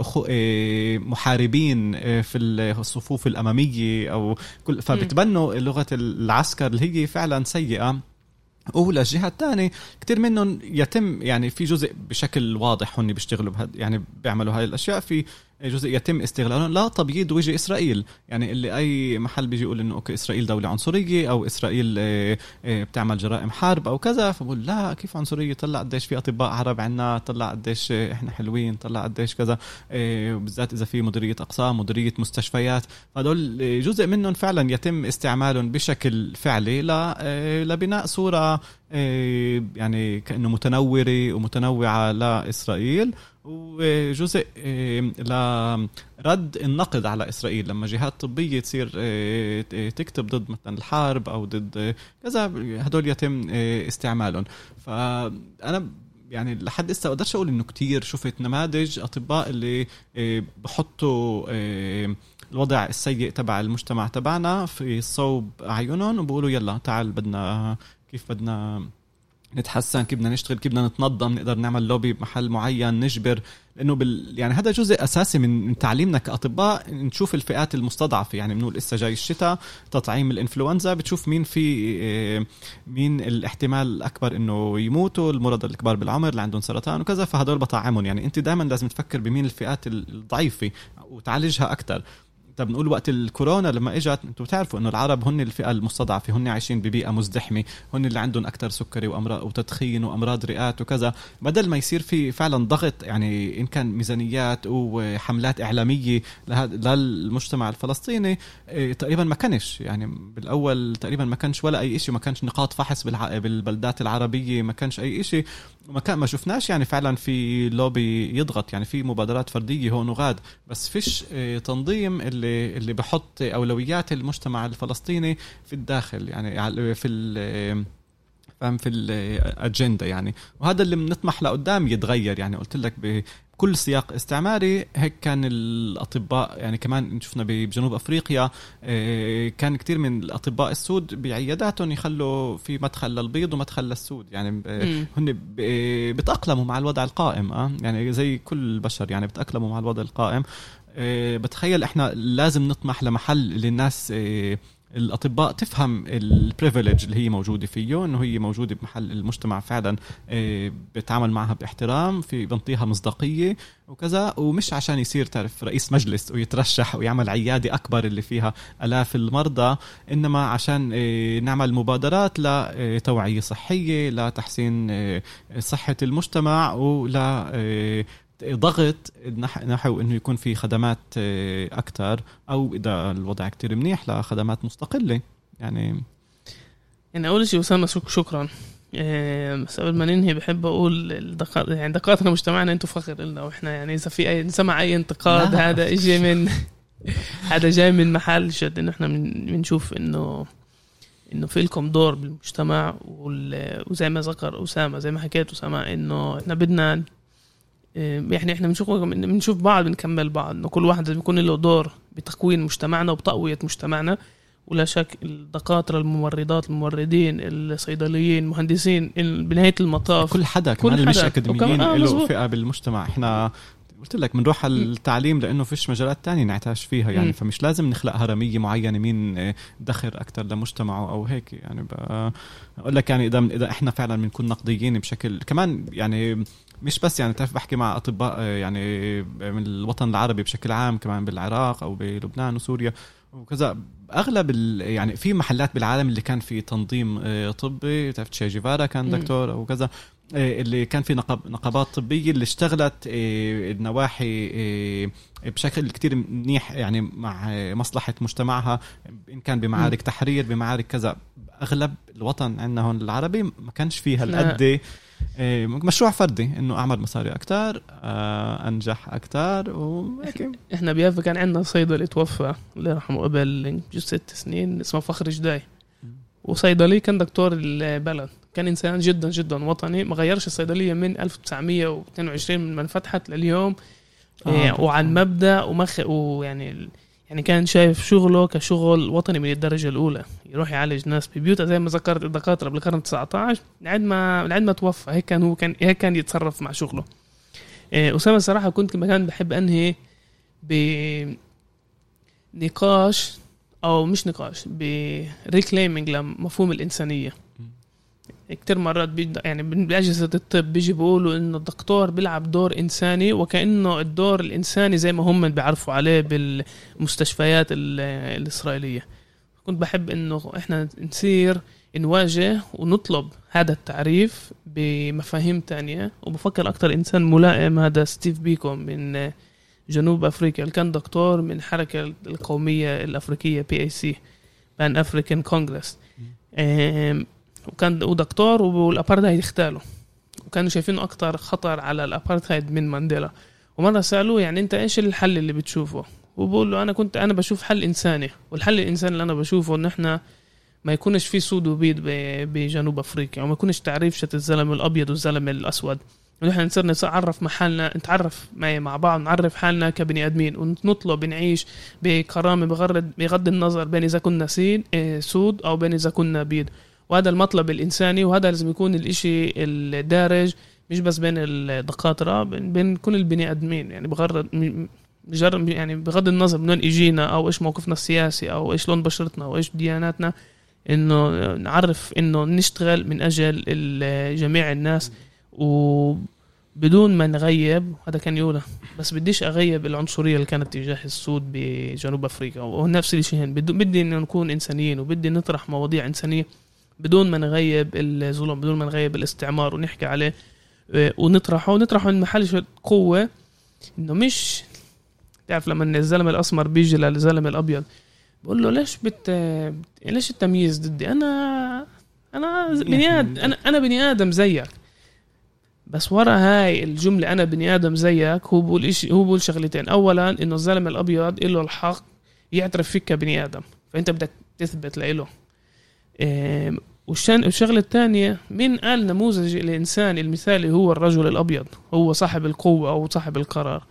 محاربين في الصفوف الأمامية أو كل، فبتبنوا لغة العسكر اللي هي فعلا سيئة. أولى الجهة الثانية كتير منهم يتم يعني في جزء بشكل واضح هن بيشتغلوا بهد يعني بيعملوا هاي الأشياء، في جزء يتم استغلالهم لا تبييض وجه إسرائيل. يعني اللي أي محل بيجي يقول إنه أوكي إسرائيل دولة عنصرية أو إسرائيل بتعمل جرائم حرب أو كذا، فبقول لا كيف عنصرية؟ طلع قديش في أطباء عرب عنا، طلع قديش إحنا حلوين، طلع قديش كذا، بالذات إذا في مديرية أقسام مديرية مستشفيات. هذول جزء منهم فعلا يتم استعمالهم بشكل فعلي لبناء صورة يعني كأنه متنورة ومتنوعة لإسرائيل، وجزء لرد النقد على إسرائيل. لما جهات طبية تصير تكتب ضد مثلا الحرب أو ضد كذا، هدول يتم استعمالهم. فأنا يعني لحد إسا أقدرش أقول إنه كتير شفت نماذج أطباء اللي بحطوا الوضع السيء تبع المجتمع تبعنا في صوب أعينهم وبقولوا يلا تعال بدنا كيف بدنا نتحسن، كيف بدنا نشتغل، كيف بدنا نتنظم، نقدر نعمل لوبي بمحل معين نجبر. لأنه بال يعني هذا جزء أساسي من تعليمنا كأطباء، نشوف الفئات المستضعفة. يعني بنقول لسه جاي الشتاء تطعيم الإنفلونزا، بتشوف مين في مين الاحتمال الأكبر إنه يموتوا، المرضى الكبار بالعمر اللي عندهم سرطان وكذا، فهدول بطعمهم. يعني أنت دائما لازم تفكر بمين الفئات الضعيفة وتعالجها أكتر. طب نقول وقت الكورونا لما اجت، انتم بتعرفوا انه العرب هن الفئه المستضعفه، هن عايشين ببيئه مزدحمه، هن اللي عندهم اكثر سكري وامراض وتدخين وامراض رئات وكذا. بدل ما يصير في فعلا ضغط يعني ان كان ميزانيات وحملات اعلاميه للمجتمع الفلسطيني، تقريبا ما كانش يعني بالاول تقريبا ما كانش ولا اي شيء، ما كانش نقاط فحص بالبلدات العربيه، ما كانش اي شيء، ما كان ما شفناش يعني فعلا في لوبي يضغط. يعني في مبادرات فرديه هون وغاد، بس فيش تنظيم اللي اللي بحط اولويات المجتمع الفلسطيني في الداخل، يعني في فهم في الاجنده يعني. وهذا اللي بنطمح لقدام يتغير. يعني قلت لك بكل سياق استعماري هيك كان الأطباء، يعني كمان شفنا بجنوب أفريقيا كان كتير من الأطباء السود بعياداتهم يخلوا في مدخل للبيض ومدخل للسود. يعني هن بتأقلموا مع الوضع القائم، اه يعني زي كل البشر يعني بتأقلموا مع الوضع القائم. بتخيل احنا لازم نطمح لمحل للناس الأطباء تفهم البريفيليج اللي هي موجودة فيه، إنه هي موجودة بمحل المجتمع فعلا بتعامل معها باحترام، في بنطيها مصداقية وكذا، ومش عشان يصير تعرف رئيس مجلس ويترشح ويعمل عيادة أكبر اللي فيها آلاف المرضى، إنما عشان نعمل مبادرات لتوعية صحية، لتحسين صحة المجتمع، ولا ضغط نحو انه يكون في خدمات اكثر، او اذا الوضع كتير منيح لخدمات مستقله. يعني يعني اول شيء اسامه شكرا. بس قبل ما ننهي بحب اقول الدقات يعني دقاتنا مجتمعنا انتم فخر لنا، واحنا يعني اذا في اي نسمع اي انتقاد هذا اجى من هذا جاي من محل جد انه احنا بنشوف انه انه في لكم دور بالمجتمع، وزي ما ذكر اسامه زي ما حكيت اسامه انه احنا بدنا يعني احنا بنشوف بنشوف بعض بنكمل بعض، انه كل واحد بيكون له دور بتكوين مجتمعنا وبتقوية مجتمعنا. ولا شك الدكاترة، الممرضات، الممرضين، الصيدليين، المهندسين، بنهاية المطاف كل حدا كمان اللي مش أكاديميين له فئة بالمجتمع. احنا قلت لك بنروح على التعليم لانه فيش مجالات تانية نعتاش فيها يعني. م. فمش لازم نخلق هرميه معينه مين دخر اكثر لمجتمعه او هيك يعني. بقول لك يعني اذا اذا احنا فعلا بنكون نقديين بشكل كمان يعني، مش بس يعني تعرف بحكي مع اطباء يعني من الوطن العربي بشكل عام، كمان بالعراق او بلبنان وسوريا وكذا. اغلب يعني في محلات بالعالم اللي كان في تنظيم طبي، تعرف تشي جيفارا كان دكتور او كذا، اللي كان في نقاب نقابات طبية اللي اشتغلت النواحي بشكل كتير منيح يعني مع مصلحة مجتمعها، إن كان بمعارك تحرير بمعارك كذا. أغلب الوطن عندنا هون العربي ما كانش فيها القد مشروع فردي إنه أعمل مصاري أكتر، أنجح أكتر وهيك. إحنا بيافا كان عندنا صيدلي توفى الله يرحمه قبل جوز ست سنين اسمه فخر جداي، وصيدلي كان دكتور البلد، كان إنسان جدا جدا وطني، ما غيرش الصيدلية من ألف وتسعمية واثنين وعشرين من من فتحت لليوم. آه وعن مبدأ ومخ ويعني يعني كان شايف شغله كشغل وطني من الدرجة الأولى، يروح يعالج ناس ببيوتها زي ما ذكرت الدكاترة بالقرن تسعة عشر لعند ما لعند ما توفى. هيك كان هو كان هيك كان يتصرف مع شغله. آه أسامة صراحة كنت مكان بحب أنهي بنقاش أو مش نقاش بريكليمينج لمفهوم الإنسانية. كتير مرات بيجي يعني بأجهزة الطب بيجي بيقولوا إنه الدكتور بيلعب دور إنساني، وكأنه الدور الإنساني زي ما هم بيعرفوا عليه بالمستشفيات الإسرائيلية. كنت بحب إنه إحنا نصير نواجه ونطلب هذا التعريف بمفاهيم تانية. وبفكر أكتر إنسان ملائم هذا ستيف بيكو من جنوب أفريقيا، اللي كان دكتور من حركة القومية الأفريقية بي اي سي بان أفريكان كونغرس، وكان دكتور والأبارتهايد اختاله، وكانوا شايفينه أكتر خطر على الأبارتهايد من مانديلا. ومرة سألوه يعني أنت إيش الحل اللي بتشوفه؟ وبقول له أنا كنت أنا بشوف حل إنساني، والحل الإنساني اللي أنا بشوفه إن إحنا ما يكونش في سود وبيض بجنوب أفريقيا، وما يكونش تعريف شت الزلم الأبيض والزلم الأسود، ونحن نصير نتعرف محلنا نتعرف مع بعض، نعرف حالنا كبني آدمين، ونطلب نعيش بكرامة بغرد بغض النظر بين إذا كنا سين سود أو بين إذا كنا بيض. وهذا المطلب الإنساني، وهذا لازم يكون الإشي الدارج مش بس بين الدكاترة، بين كل البني آدمين يعني بغرد مجرد يعني بغض النظر من وين إجينا أو إيش موقفنا السياسي أو إيش لون بشرتنا أو إيش دياناتنا، إنه نعرف إنه نشتغل من أجل جميع الناس وبدون ما نغيب. هذا كان يقوله، بس بديش أغيب العنصرية اللي كانت تجاه السود بجنوب أفريقيا، ونفس الشيء هنا بدي إنه نكون إنسانيين، وبدي نطرح مواضيع إنسانية بدون ما نغيب الظلم، بدون ما نغيب الاستعمار، ونحكي عليه ونطرحه ونطرحه من محل قوة. إنه مش تعرف لما الزلمة الأسمر بيجي للزلمة الأبيض بقول له ليش بت ليش التمييز ضدي؟ أنا أنا بني آدم، أنا أنا بني آدم زيك. بس ورا هاي الجملة أنا بني آدم زيك هو بقول إيش؟ هو بقول شغلتين. أولا إنه الزلمة الأبيض له الحق يعترف فيك كبني آدم، فأنت بدك تثبت له. إيه والشغلة الثانية، مين قال نموذج الإنسان المثالي هو الرجل الأبيض، هو صاحب القوة أو صاحب القرار.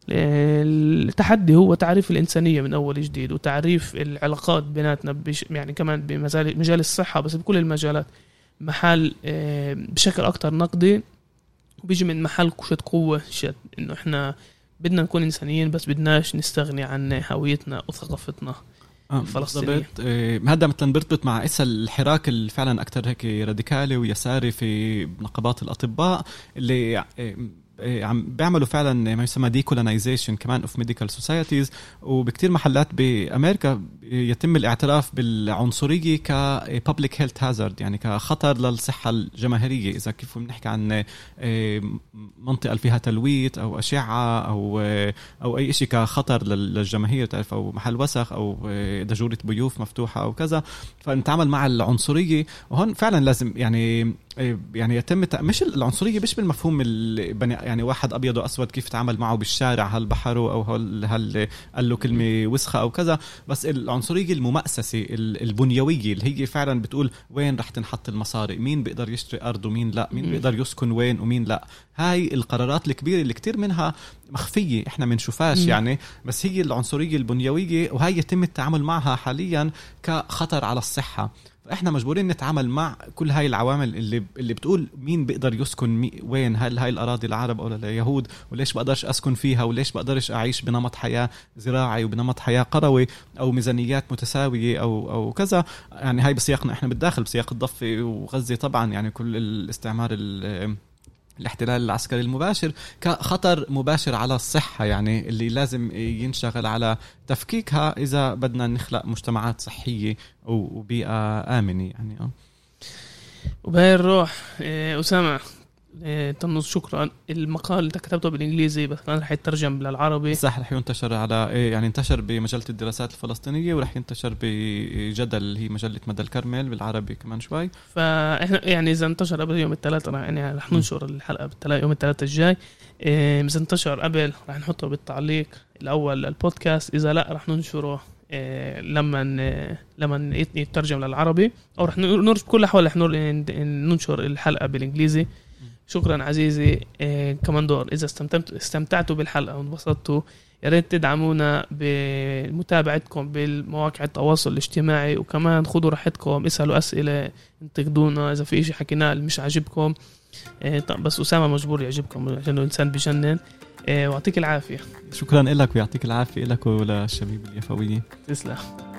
التحدي هو تعريف الإنسانية من أول جديد، وتعريف العلاقات بيناتنا بش يعني كمان بمجال مجال الصحة، بس بكل المجالات محل بشكل أكتر نقدي، وبيجي من محل شد قوة شد إنه إحنا بدنا نكون إنسانيين، بس بدناش نستغني عن هويتنا وثقافتنا الفلسطينية. آه هذا مثلا برتبط مع إسا الحراك اللي فعلا أكتر هيك راديكالي ويساري في نقابات الأطباء اللي آه عم بيعملوا فعلا ما يسمى ديكولونايزيشن كمان اوف ميديكال سوسايتيز. وبكتير محلات بامريكا يتم الاعتراف بالعنصريه كبابليك هيلث هازارد، يعني كخطر للصحه الجماهيريه. اذا كيف بنحكي عن منطقه اللي فيها تلويث او اشعه او او اي شيء كخطر للجماهير، تعرف، او محل وسخ او دجوره بيوف مفتوحه او كذا، فنتعامل مع العنصريه. وهون فعلا لازم يعني يعني يتم مش العنصريه مش بالمفهوم البني يعني واحد ابيض واسود كيف تعامل معه بالشارع، هل بحره او هل هل قال له كلمه وسخه او كذا، بس العنصريه الممأسسه البنيويه اللي هي فعلا بتقول وين رح تنحط المصاري، مين بيقدر يشتري ارض ومين لا، مين بيقدر يسكن وين ومين لا. هاي القرارات الكبيره اللي كتير منها مخفيه احنا منشوفاش يعني، بس هي العنصريه البنيويه، وهي يتم التعامل معها حاليا كخطر على الصحه. فإحنا مجبورين نتعامل مع كل هاي العوامل اللي اللي بتقول مين بيقدر يسكن مي وين، هل هاي الأراضي العرب أو اليهود، وليش بقدرش أسكن فيها، وليش بقدرش أعيش بنمط حياة زراعي وبنمط حياة قروي أو ميزانيات متساوية أو أو كذا. يعني هاي بسياقنا إحنا بالداخل بسياق الضفة وغزة طبعا، يعني كل الاستعمار الاحتلال العسكري المباشر كخطر مباشر على الصحة، يعني اللي لازم ينشغل على تفكيكها إذا بدنا نخلق مجتمعات صحية وبيئة آمنة يعني. اه وبهاي الروح إيه أسامة، إيه تنص شكرا. المقال اللي كتبته بالإنجليزي بس كان رح يترجم للعربي، صح، رح ينتشر على إيه يعني انتشر بمجلة الدراسات الفلسطينية ورح ينتشر بجدل اللي هي مجلة مدى الكرمل بالعربي كمان شوي. فإحنا يعني إذا انتشر قبل يوم الثلاثاء يعني رح ننشر الحلقة بالثلاث يوم الثلاثاء الجاي. إيه إذا انتشر قبل رح نحطه بالتعليق الأول للبودكاست، إذا لا رح ننشره إيه لما لما يترجم للعربي، أو رح نرجع بكل الأحوال رح ننشر الحلقة بالإنجليزي. شكرا عزيزي إيه كمان دور، إذا استمتعتوا استمتعتوا بالحلقة وانبسطتوا يا ريت تدعمونا بمتابعتكم بالمواقع التواصل الاجتماعي، وكمان خذوا راحتكم اسألوا أسئلة انتقدونا إذا في إشي حكيناه اللي مش عاجبكم. إيه بس أسامة مجبور يعجبكم لأنه إنسان بجنن. إيه واعطيك العافية. شكرا لك ويعطيك العافية لك وللشبيب اليفوية. تسلم.